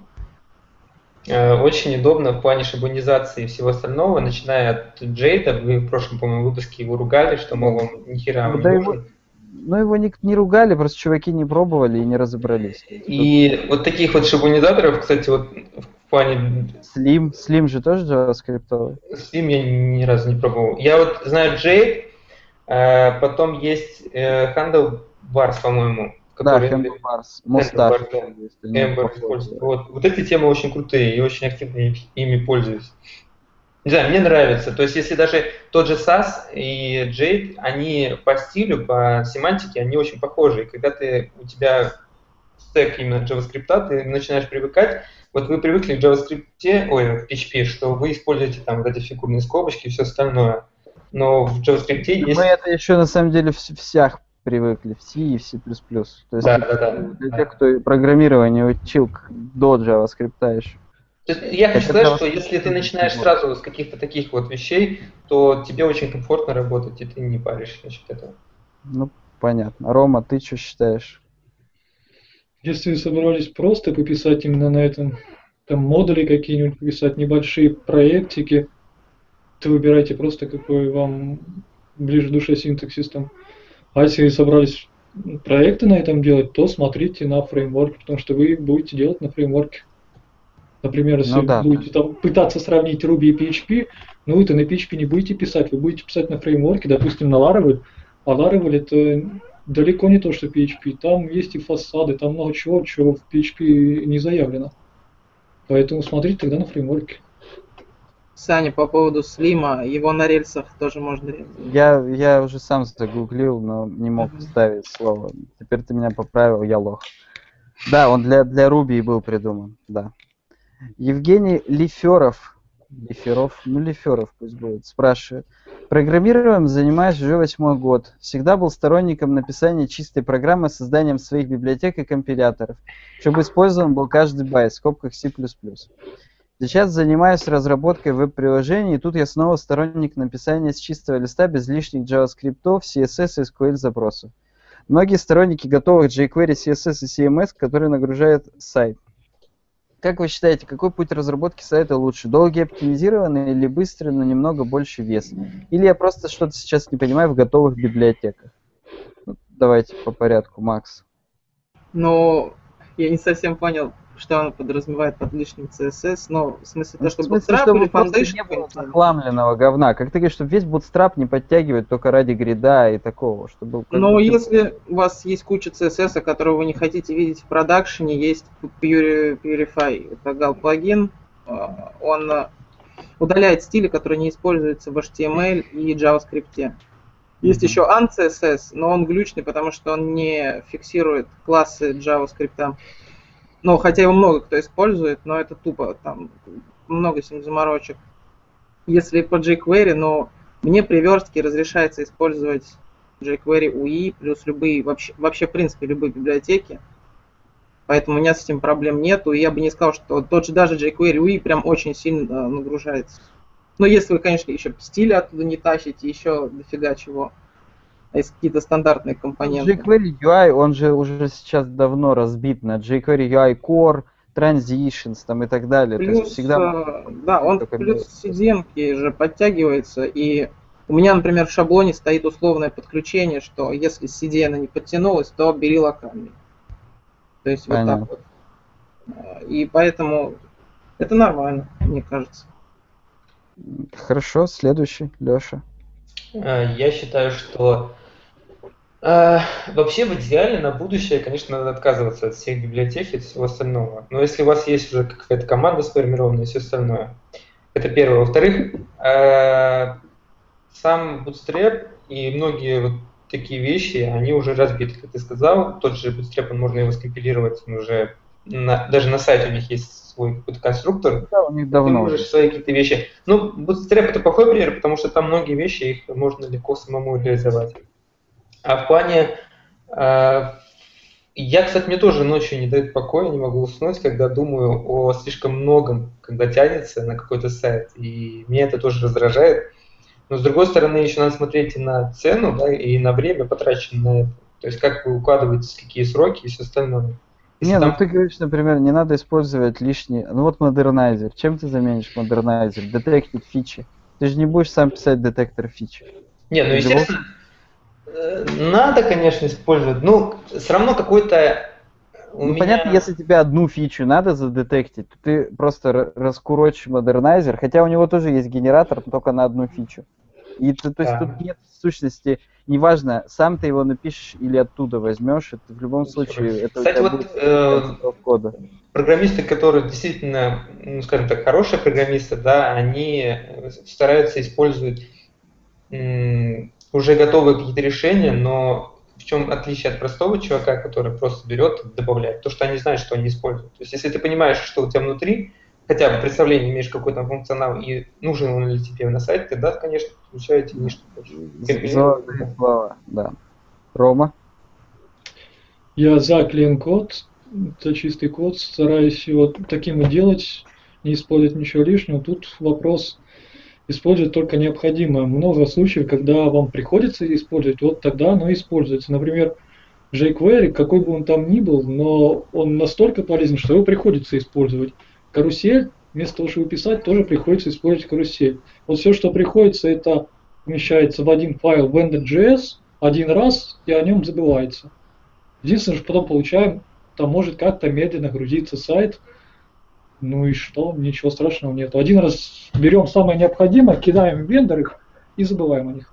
очень удобно в плане шаблонизации и всего остального, начиная от Джейда, вы в прошлом, по-моему, выпуске его ругали, что, мол, он ни хера не нужен. Ну, его не, не ругали, просто чуваки не пробовали и не разобрались. И Тут... вот таких вот шаблонизаторов, кстати, вот в плане... Slim, Slim же тоже JavaScript? Slim я ни разу не пробовал. Я вот знаю Jade, потом есть Handlebars, по-моему. Да, Handlebars, Mustache. Вот, вот эти темы очень крутые, и очень активно ими пользуюсь. Не знаю, мне нравится. То есть, если даже тот же сас и Jade, они по стилю, по семантике, они очень похожи. И когда ты, у тебя стек именно JavaScript, ты начинаешь привыкать. Вот вы привыкли в JavaScript, ой, в пи эйч пи, что вы используете там вот эти фигурные скобочки и все остальное. Но в JavaScript есть... Мы это еще на самом деле в всех привыкли, в C и в C++. То есть да, да, да, для да. тех, кто программирование учил до JavaScript еще. То есть я хочу сказать, что если ты начинаешь сразу с каких-то таких вот вещей, то тебе очень комфортно работать, и ты не паришь насчет этого. Ну, понятно. Рома, ты что считаешь? Если вы собрались просто пописать именно на этом, там модули какие-нибудь пописать, небольшие проектики, то выбирайте просто, какой вам ближе душе синтаксис там. А если вы собрались проекты на этом делать, то смотрите на фреймворки, потому что вы будете делать на фреймворке. Например, если ну, да. будете там пытаться сравнить Ruby и пи эйч пи, ну вы-то на пи эйч пи не будете писать, вы будете писать на фреймворке, допустим, на Laravel, а Laravel это далеко не то, что пи эйч пи. Там есть и фасады, там много чего, чего в пи эйч пи не заявлено. Поэтому смотрите тогда на фреймворке. Саня, по поводу Слима, его на рельсах тоже можно резать. Я, я уже сам загуглил, но не мог вставить слово. Теперь ты меня поправил, я лох. Да, он для, для Ruby был придуман, да. Евгений Лиферов, Лиферов, ну Лиферов пусть будет, спрашивает. Программированием занимаюсь уже восьмой год. Всегда был сторонником написания чистой программы с созданием своих библиотек и компиляторов, чтобы использован был каждый байт, в скобках C++. Сейчас занимаюсь разработкой веб-приложений, и тут я снова сторонник написания с чистого листа без лишних JavaScript, си эс эс и эс ку эль запросов. Многие сторонники готовых jQuery, си эс эс и си эм эс, которые нагружают сайт. Как вы считаете, какой путь разработки сайта лучше? Долгий, оптимизированный или быстрый, но немного больше вес? Или я просто что-то сейчас не понимаю в готовых библиотеках? Ну, давайте по порядку, Макс. Ну, я не совсем понял, что он подразумевает под лишним си эс эс, но в смысле то, что Bootstrap или Foundation не было захламленного говна. Как ты говоришь, чтобы весь Bootstrap не подтягивать только ради грида и такого, чтобы... Но если у вас есть куча си эс эс, которого вы не хотите видеть в продакшене, есть Purify, это gal плагин, он удаляет стили, которые не используются в эйч ти эм эль и JavaScript. Есть mm-hmm. еще AnCSS, но он глючный, потому что он не фиксирует классы JavaScript. Ну, хотя его много кто использует, но это тупо, там много с ним заморочек. Если по jQuery, но Мне при верстке разрешается использовать jQuery ю и плюс любые, вообще, вообще в принципе любые библиотеки. Поэтому у меня с этим проблем нету. И я бы не сказал, что тот же даже jQuery ю и прям очень сильно нагружается. Но если вы, конечно, еще стили оттуда не тащите, еще дофига чего. А есть какие-то стандартные компоненты. jQuery ю ай, он же уже сейчас давно разбит на jQuery ю ай Core, Transitions там и так далее. Плюс, То есть всегда... да, он плюс си ди эн-ки же подтягивается. И у меня, например, в шаблоне стоит условное подключение, что если си ди эн не подтянулось, то бери локальный. То есть Понятно. Вот так вот. И поэтому это нормально, мне кажется. Хорошо, следующий, Леша. Я считаю, что э, вообще в идеале на будущее, конечно, надо отказываться от всех библиотек и от всего остального. Но если у вас есть уже какая-то команда сформированная и все остальное, это первое. Во-вторых, э, сам Bootstrap и многие вот такие вещи, они уже разбиты, как ты сказал. Тот же Bootstrap, он можно его скомпилировать, он уже на, даже на сайте у них есть свой какой-то конструктор. Да, у них давно. Ты можешь свои какие-то вещи. Ну, Bootstrap это плохой пример, потому что там многие вещи, их можно легко самому реализовать. А в плане... Э, я, кстати, мне тоже ночью не дает покоя, не могу уснуть, когда думаю о слишком многом, когда тянется на какой-то сайт. И меня это тоже раздражает. Но, с другой стороны, еще надо смотреть и на цену, да, и на время, потраченное на это. То есть, как вы укладываетесь, какие сроки и все остальное. Если не, там... ну ты говоришь, например, не надо использовать лишние... Ну вот модернайзер. Чем ты заменишь модернайзер? Детектить фичи. Ты же не будешь сам писать детектор фич. Не, ну естественно, надо, конечно, использовать. Ну, все равно какой-то... Ну, меня... понятно, если тебе одну фичу надо задетектить, то ты просто раскурочишь модернайзер, хотя у него тоже есть генератор, но только на одну фичу. И то, то есть да. Тут нет в сущности, неважно, сам ты его напишешь или оттуда возьмешь, это в любом случае... Это Кстати, вот э, кода. Программисты, которые действительно, ну, скажем так, хорошие программисты, да, они стараются использовать м, уже готовые какие-то решения, но в чем отличие от простого чувака, который просто берет и добавляет? То, что они знают, что они используют. То есть, если ты понимаешь, что у тебя внутри, хотя бы представление имеешь какой-то функционал и нужен он ли тебе на сайте, да, конечно, включаете не что хочешь. Золотые слова, да. Рома? Я за клин-код, это чистый код, стараюсь его таким и делать, не использовать ничего лишнего. Тут вопрос использовать только необходимое. Много случаев, когда вам приходится использовать, вот тогда оно используется. Например, jQuery, какой бы он там ни был, но он настолько полезен, что его приходится использовать. Карусель, вместо того, чтобы писать, тоже приходится использовать карусель. Вот все, что приходится, это помещается в один файл в Vendor.js один раз и о нем забывается. Единственное, что потом получаем, там может как-то медленно грузиться сайт. Ну и что? Ничего страшного нет. Один раз берем самое необходимое, кидаем в вендор их и забываем о них.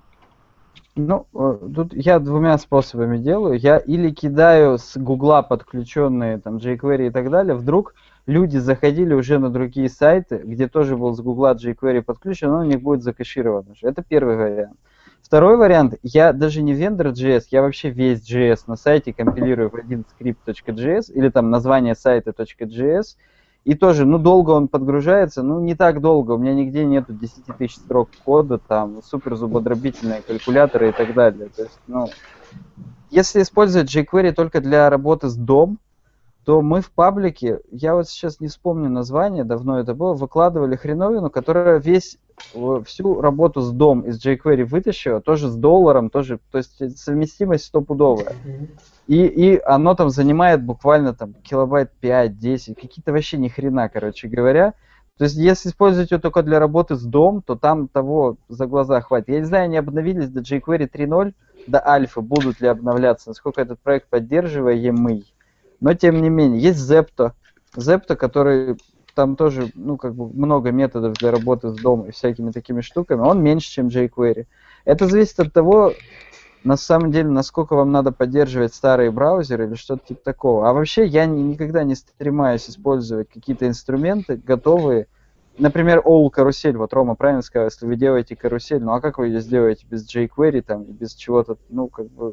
Ну, тут я двумя способами делаю. Я или кидаю с Гугла подключенные там jQuery и так далее, вдруг люди заходили уже на другие сайты, где тоже был с Гугла jQuery подключен, но у них будет закэшировано. Это первый вариант. Второй вариант, я даже не Vendor.js, я вообще весь джей эс на сайте компилирую в один script.js или там название сайта .js. И тоже, ну, долго он подгружается, ну, не так долго, у меня нигде нету десять тысяч строк кода, там, супер зубодробительные калькуляторы и так далее. То есть, ну, если использовать jQuery только для работы с дом, то мы в паблике, я вот сейчас не вспомню название, давно это было, выкладывали хреновину, которая весь, всю работу с дом из jQuery вытащила, тоже с долларом, тоже, то есть совместимость стопудовая. И, и оно там занимает буквально там килобайт пять-десять, какие-то вообще ни хрена, короче говоря. То есть если использовать ее только для работы с дом, то там того за глаза хватит. Я не знаю, они обновились до jQuery три ноль, до альфа, будут ли обновляться, насколько этот проект поддерживаемый. Но тем не менее, есть Zepto. Zepto, который там тоже, ну, как бы много методов для работы с домом и всякими такими штуками. Он меньше, чем jQuery. Это зависит от того, на самом деле, насколько вам надо поддерживать старые браузеры или что-то типа такого. А вообще я ни, никогда не стремаюсь использовать какие-то инструменты готовые. Например, оул карусель. Вот Рома правильно сказал, если вы делаете карусель, ну а как вы ее сделаете без jQuery там, без чего-то, ну, как бы...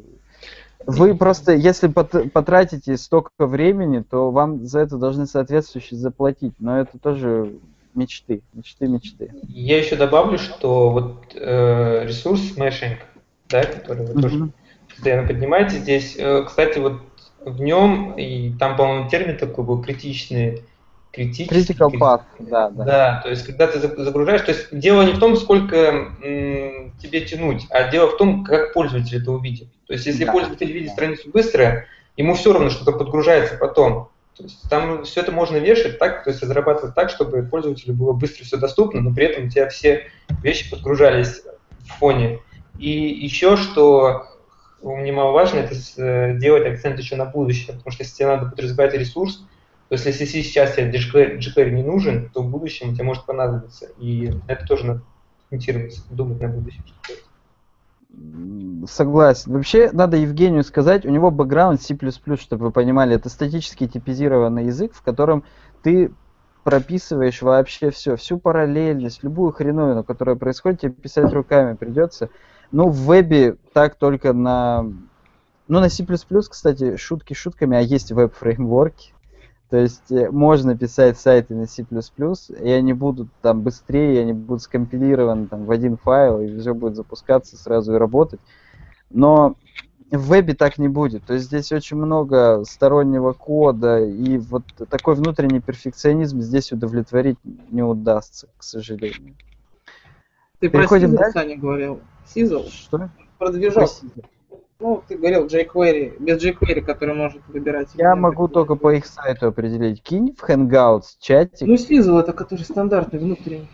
Вы просто, если потратите столько времени, то вам за это должны соответствующе заплатить. Но это тоже мечты, мечты, мечты. Я еще добавлю, что вот э, ресурс Smashing, да, который вы Мгм. тоже постоянно поднимаете здесь, э, кстати, вот в нем, и там, по-моему, термин такой был критичный, критический. Critical крит- path, да, да. Да, то есть когда ты за- загружаешь, то есть дело не в том, сколько м, тебе тянуть, а дело в том, как пользователь это увидит. То есть если Да. пользователь видит страницу быстро, ему все равно что-то подгружается потом. То есть там все это можно вешать так, то есть разрабатывать так, чтобы пользователю было быстро все доступно, но при этом у тебя все вещи подгружались в фоне. И еще что немаловажно, это с- э, делать акцент еще на будущее, потому что если тебе надо будет развивать ресурс, то есть если сейчас тебе jQuery, jQuery не нужен, то в будущем тебе может понадобиться. И это тоже надо ориентироваться, думать на будущее. что делать. М, Согласен. Вообще, надо Евгению сказать, у него бэкграунд C++, чтобы вы понимали, это статически типизированный язык, в котором ты прописываешь вообще все, всю параллельность, любую хреновину, которая происходит, тебе писать руками придется. Ну, в вебе так только на... Ну, на C++, кстати, шутки шутками, а есть веб-фреймворки. То есть э, можно писать сайты на C++, и они будут там быстрее, они будут скомпилированы там в один файл, и все будет запускаться сразу и работать. Но в вебе так не будет. То есть здесь очень много стороннего кода, и вот такой внутренний перфекционизм здесь удовлетворить не удастся, к сожалению. Ты про Переходим Sizzle, дальше. Саня, говорил. Sizzle? Что? Про движок. Спасибо. Ну, ты говорил jQuery, без jQuery, который может выбирать. Я элементы. могу только по их сайту определить. Кинь в Hangouts чатик. Ну, Sizzle это который стандартный, внутренний.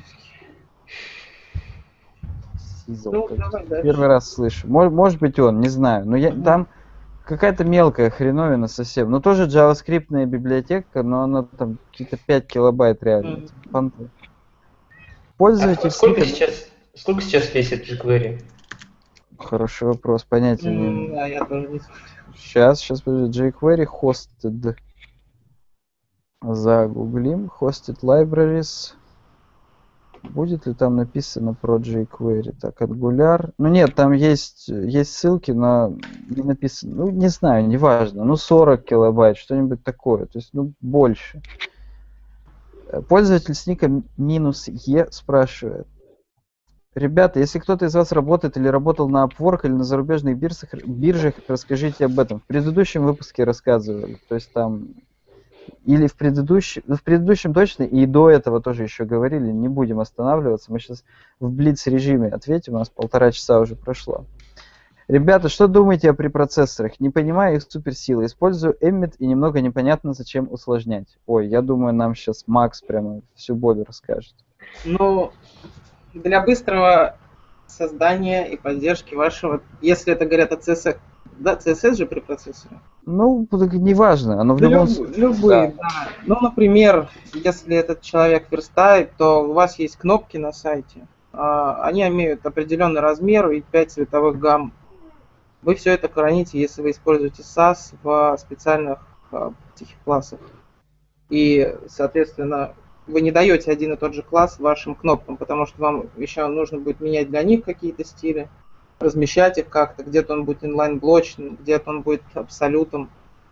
Sizzle, Ну, как- давай дальше. Первый раз слышу. Мож- Может быть он, не знаю. Но я, Мгм. там какая-то мелкая хреновина совсем. Ну тоже JavaScript-ная библиотека, но она там какие-то пять килобайт реально. Мгм. Понты. А Пользователь сколько Snippet- сейчас, сколько сейчас весит jQuery? Хороший вопрос, понятия не М, имею. Да, я тоже не Сейчас, сейчас, подожди, jQuery hosted. Загуглим. Hosted libraries. Будет ли там написано про jQuery? Так, Angular. Ну нет, там есть, есть ссылки, но не написано. Ну, не знаю, неважно. Ну, сорок килобайт, что-нибудь такое. То есть, ну, больше. Э, Пользователь с ником минус Е спрашивает. Ребята, если кто-то из вас работает или работал на Upwork или на зарубежных биржах, биржах, расскажите об этом. В предыдущем выпуске рассказывали. То есть там или в предыдущем, ну, в предыдущем точно, и до этого тоже еще говорили, не будем останавливаться. Мы сейчас в блиц-режиме ответим, у нас полтора часа уже прошло. Ребята, что думаете о препроцессорах? Не понимаю их суперсилы. Использую Emmet и немного непонятно, зачем усложнять. Ой, я думаю, нам сейчас Макс прямо всю боль расскажет. Ну, для быстрого создания и поддержки вашего, если это говорят о си эс эс, да, си эс эс же при процессоре? Ну, так неважно, оно в Да, любом люб- случае. любые, да. да. Ну, например, если этот человек верстает, то у вас есть кнопки на сайте. а, Они имеют определенный размер и пять цветовых гамм. Вы все это храните, если вы используете сас в специальных а, этих классах. И, соответственно, вы не даете один и тот же класс вашим кнопкам, потому что вам еще нужно будет менять для них какие-то стили, размещать их как-то. Где-то он будет инлайн-блочным, где-то он будет абсолютом.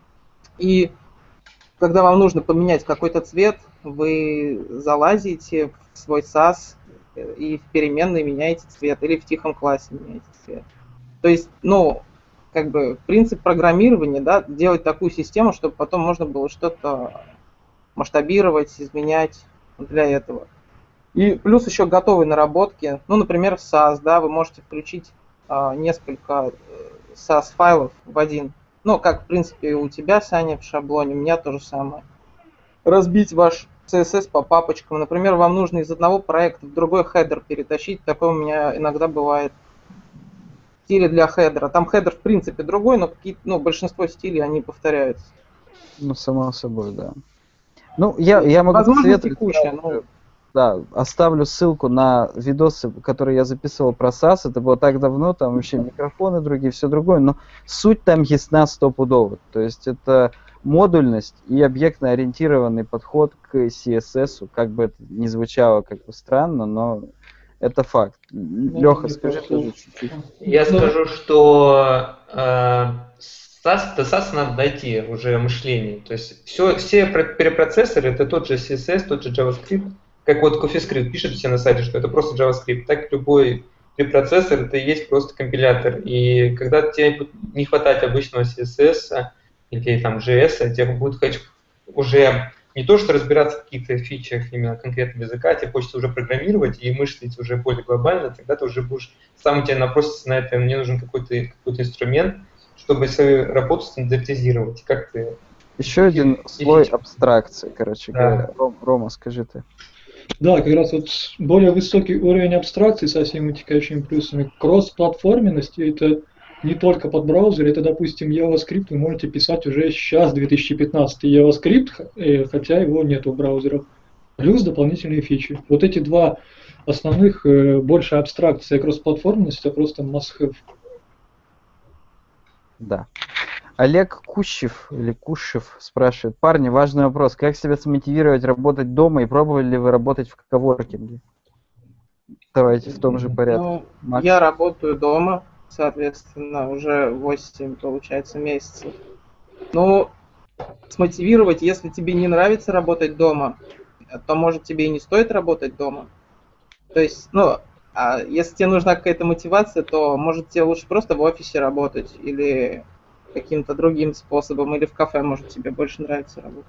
И когда вам нужно поменять какой-то цвет, вы залазите в свой сас и в переменной меняете цвет, или в тихом классе меняете цвет. То есть, ну, как бы принцип программирования, да, делать такую систему, чтобы потом можно было что-то масштабировать, изменять для этого. И плюс еще готовые наработки, ну, например, сас, да, вы можете включить а, несколько сас-файлов в один. Ну, как, в принципе, у тебя, Саня, в шаблоне, у меня то же самое. Разбить ваш си эс эс по папочкам. Например, вам нужно из одного проекта в другой хедер перетащить. Такое у меня иногда бывает. Стили для хедера. Там хедер, в принципе, другой, но какие-то, ну, большинство стилей, они повторяются. Ну, само собой, да. Ну, я, я могу Возможно, посоветовать, текущая, но... да, оставлю ссылку на видосы, которые я записывал про сас. Это было так давно, там вообще микрофоны другие, все другое, но суть там ясна стопудово. То есть это модульность и объектно-ориентированный подход к си эс эс, как бы это ни звучало как бы странно, но это факт. Леха, скажи тоже чуть-чуть. Я скажу, что э, сас, до сас надо дойти уже мышление. То есть все, все перепроцессоры это тот же си эс эс, тот же JavaScript. как вот CoffeeScript пишет все на сайте, что это просто JavaScript, так любой препроцессор это и есть просто компилятор. И когда тебе не хватает обычного си эс эс или там джей эс, тебе будет хотеть уже не то, что разбираться в каких-то фичах именно конкретного языка, тебе хочется уже программировать и мыслить уже более глобально, тогда ты уже будешь, сам у тебя напросится на это, мне нужен какой-то какой-то инструмент, чтобы свою работу стандартизировать. Как ты... Еще один и слой фича. абстракции, короче Да. говоря. Ром- Рома, скажи ты. Да, как раз вот более высокий уровень абстракции со всеми вытекающими плюсами. Кросс-платформенность — это не только под браузер, это, допустим, JavaScript вы можете писать уже сейчас, две тысячи пятнадцатый JavaScript, э, хотя его нет в браузерах. Плюс дополнительные фичи. Вот эти два основных, э, больше абстракция и кросс-платформенность, это просто must-have. Да. Олег Кущев или Кушев спрашивает: парни, важный вопрос. Как себя смотивировать работать дома и пробовали ли вы работать в коворкинге? Давайте в том же порядке. Ну, Макс? я работаю дома, соответственно, уже восемь, получается, месяцев. Ну, смотивировать, если тебе не нравится работать дома, то, может, тебе и не стоит работать дома. То есть, ну, а если тебе нужна какая-то мотивация, то, может, тебе лучше просто в офисе работать или каким-то другим способом, или в кафе, может, тебе больше нравится работать.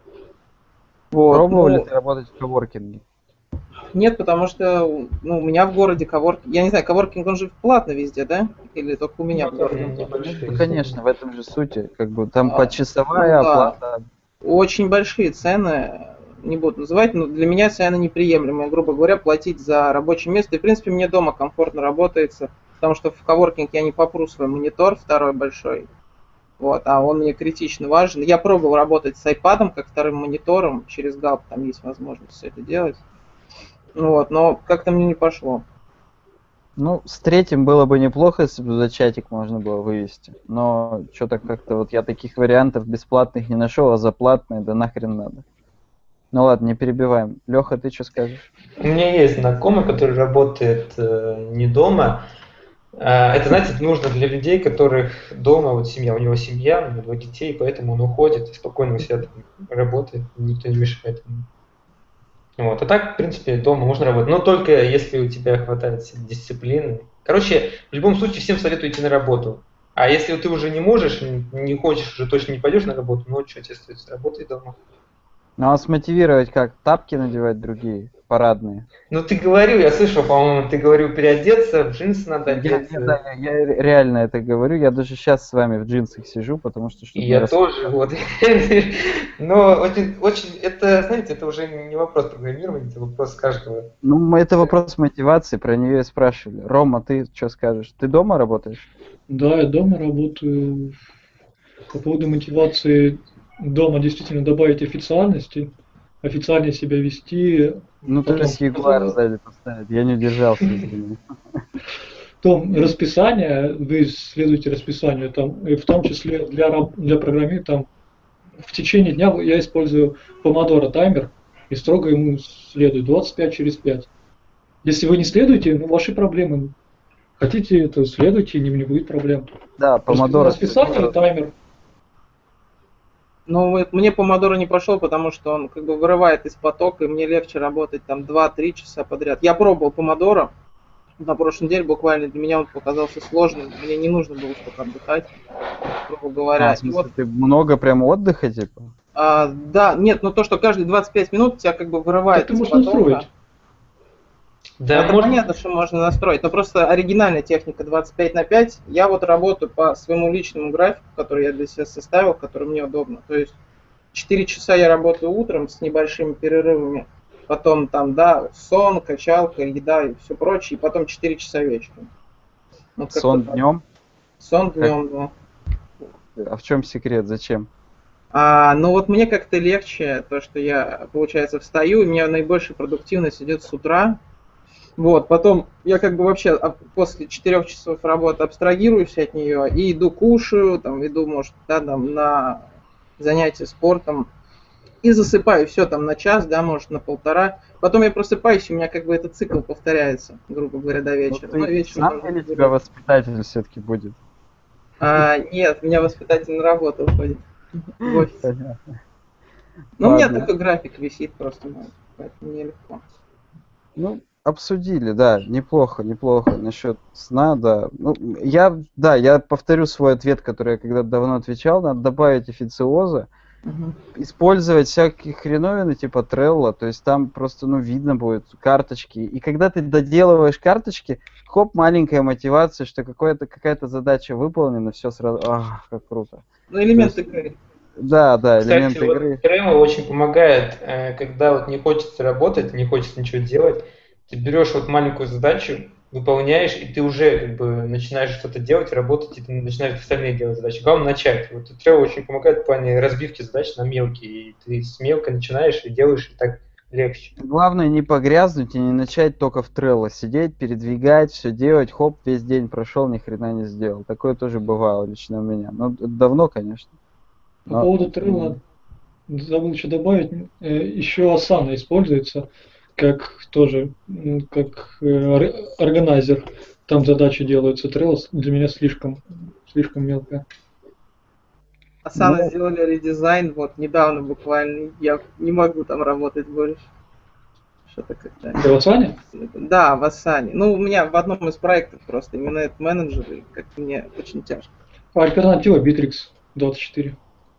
Вот, Пробовал ли ну, ты работать в коворкинге? нет, потому что ну, у меня в городе коворкинг, я не знаю, коворкинг, он же платно везде, да? Или только у меня в городе? он платный? Небольшие. Ну, конечно, в этом же сути. Как бы там А, почасовая ну да. оплата. Очень большие цены, не буду называть, но для меня цены неприемлемые, грубо говоря, платить за рабочее место. И, в принципе, мне дома комфортно работается, потому что в коворкинг я не попру свой монитор второй большой, вот, а он мне критично важен. Я пробовал работать с iPad как вторым монитором, через Галп там есть возможность все это делать, вот, но как-то мне не пошло. Ну, с третьим было бы неплохо, если бы за чатик можно было вывести. Но что-то как-то вот я таких вариантов бесплатных не нашел, а за платные да нахрен надо. Ну ладно, не перебиваем. Леха, ты что скажешь? У меня есть знакомый, который работает э, не дома. Э, это, знаете, это нужно для людей, которых дома, вот семья, у него семья, у него двое детей, поэтому он уходит и спокойно у себя там работает, никто не мешает ему. Вот. А так, в принципе, дома можно работать, но только если у тебя хватает дисциплины. Короче, в любом случае всем советую идти на работу. А если ты уже не можешь, не не хочешь, уже точно не пойдешь на работу, ну что тебе остается, работай дома. Ну а смотивировать как? Тапки надевать другие, парадные. Ну ты говорил, я слышал, по-моему, ты говорил переодеться, в джинсы надо Я, одеться. я- да, я- я реально это говорю, я даже сейчас с вами в джинсах сижу, потому что И чтобы я тоже, вот. Но очень, очень, это, знаете, это уже не вопрос программирования, это вопрос каждого. Ну, м- это вопрос мотивации, про нее и спрашивали. Рома, ты что скажешь? Ты дома работаешь? Да, я дома работаю. По поводу мотивации дома действительно добавить официальности, официально себя вести. Ну, то Потом, есть Ягуар сзади поставить, я не удержался, извини. потом расписание, вы следуете расписанию, там, и в том числе для, раб- для программирования, там, в течение дня я использую Pomodoro таймер и строго ему следую двадцать пять через пять. Если вы не следуете, ну, ваши проблемы. Хотите это, следуйте, не, не будет проблем. Да, помодоро. Расписание, таймер. Ну, вот мне помодоро не пошел, потому что он как бы вырывает из потока, и мне легче работать там два-три часа подряд. Я пробовал помодоро на прошлой неделе, буквально для меня он показался сложным, мне не нужно было столько отдыхать, грубо говоря. А, в И смысле, вот, ты много прям отдыха, типа? а, да, нет, ну то, что каждые двадцать пять минут тебя как бы вырывает Это из можно потока. настроить. Да, Это можно. понятно, что можно настроить, но просто оригинальная техника двадцать пять на пять. Я вот работаю по своему личному графику, который я для себя составил, который мне удобно. То есть четыре часа я работаю утром с небольшими перерывами, потом там, да, сон, качалка, еда и все прочее, и потом четыре часа вечером. Вот как-то Сон так. днем? Сон днем, да. А в чем секрет? Зачем? А, ну вот мне как-то легче, то, что я, получается, встаю, и у меня наибольшая продуктивность идет с утра. Вот, потом я как бы вообще об- после четырех часов работы абстрагируюсь от нее и иду кушаю, там иду, может, да, там на занятия спортом и засыпаю все там на час, да, может, на полтора. Потом я просыпаюсь, и у меня как бы этот цикл повторяется, грубо говоря, до Ну, вечера. ты Ну, вечером сам можно или забирать. тебя воспитатель все-таки будет? А, нет, у меня воспитатель на работу уходит в офис. Понятно. Ну, у меня Ладно. такой график висит просто. мой. поэтому нелегко. Ну, обсудили, да, неплохо, неплохо. Насчет сна, да. Ну, я, да, я повторю свой ответ, который я когда-то давно отвечал. Надо добавить официоза, Мгм. использовать всякие хреновины типа Trello, то есть там просто, ну, видно будет карточки. И когда ты доделываешь карточки, хоп, маленькая мотивация, что какая-то какая-то задача выполнена, все сразу, ах, как круто. Ну, элемент То есть- игры. Да, да, элемент Кстати, вот игры. Trello очень помогает, э, когда вот не хочется работать, не хочется ничего делать, ты берешь вот маленькую задачу, выполняешь, и ты уже как бы начинаешь что-то делать, работать, и ты начинаешь остальные делать задачи. Главное начать. Вот Trello очень помогает в плане разбивки задач на мелкие, и ты с мелко начинаешь и делаешь, и так легче. Главное не погрязнуть и не начать только в Trello сидеть, передвигать, все делать, хоп, весь день прошел, ни хрена не сделал. Такое тоже бывало лично у меня. Ну, это давно, конечно. По Но- поводу Trello забыл еще добавить, э, еще Asana используется как тоже м, как э, ор- органайзер. Там задачи делаются. Trello для меня слишком слишком мелко. Asana Ну, сделали редизайн, вот, недавно буквально. Я не могу там работать больше. Что-то как-то... В Asana? Да, в Asana. Ну, у меня в одном из проектов просто именно этот менеджер, и как-то мне очень тяжко. Альтернатива Bittrex двадцать четыре.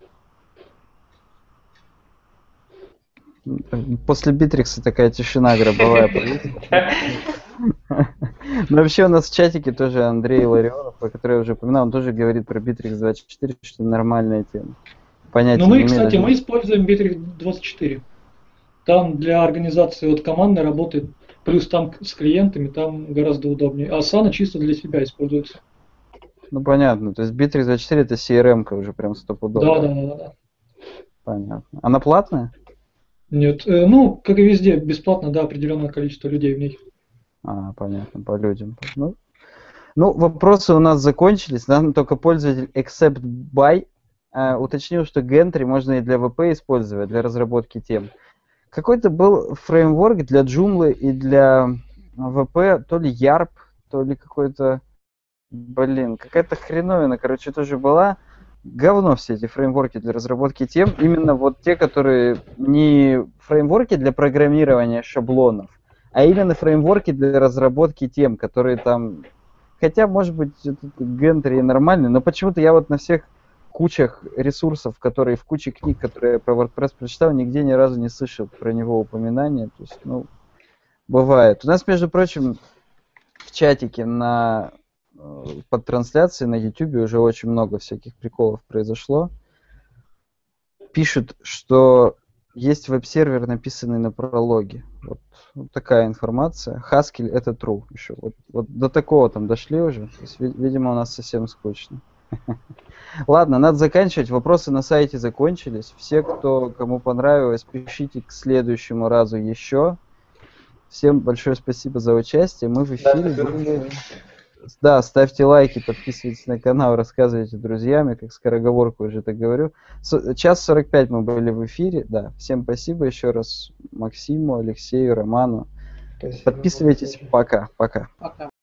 после Битрикса такая тишина гробовая повисла. Но вообще у нас в чатике тоже Андрей Ларионов, про который я уже упоминал, он тоже говорит про Битрикс двадцать четыре, что нормальная тема. Понятия Но мы, не имею, кстати, даже- мы используем Bittrex двадцать четыре. Там для организации вот команды работает, плюс там с клиентами, там гораздо удобнее. А Asana чисто для себя используется. Ну понятно, то есть Битрикс двадцать четыре это си эр эм-ка уже прям стопудово. Да, да, да, да, да. Понятно. Она платная? Нет, э, ну, как и везде, бесплатно, да, определенное количество людей в ней. А, понятно, по людям. Ну, ну, вопросы у нас закончились. Нам только пользователь except by э, уточнил, что Gentry можно и для ви пи использовать, для разработки тем. Какой-то был фреймворк для Joomla и для ви пи, то ли ярп, то ли какой-то, блин, какая-то хреновина, короче, тоже была. Говно все эти фреймворки для разработки тем. Именно вот те, которые не фреймворки для программирования шаблонов, а именно фреймворки для разработки тем, которые там... Хотя, может быть, Gentry нормальный, но почему-то я вот на всех кучах ресурсов, которые в куче книг, которые я про WordPress прочитал, нигде ни разу не слышал про него упоминания. То есть, ну, бывает. У нас, между прочим, в чатике на э, под трансляцией на YouTube уже очень много всяких приколов произошло. Пишут, что есть веб-сервер, написанный на прологе. Вот, вот такая информация. Haskell это true еще. Вот, вот до такого там дошли уже. То есть, ви- видимо, у нас совсем скучно. Ладно, надо заканчивать. Вопросы на сайте закончились. Все, кто кому понравилось, пишите к следующему разу еще. Всем большое спасибо за участие. Мы в эфире были. Да, ставьте лайки, подписывайтесь на канал, рассказывайте друзьям, как скороговорку уже так говорю. С- Час сорок пять мы были в эфире, да. Всем спасибо еще раз Максиму, Алексею, Роману. Спасибо. Подписывайтесь, пока, пока. Пока.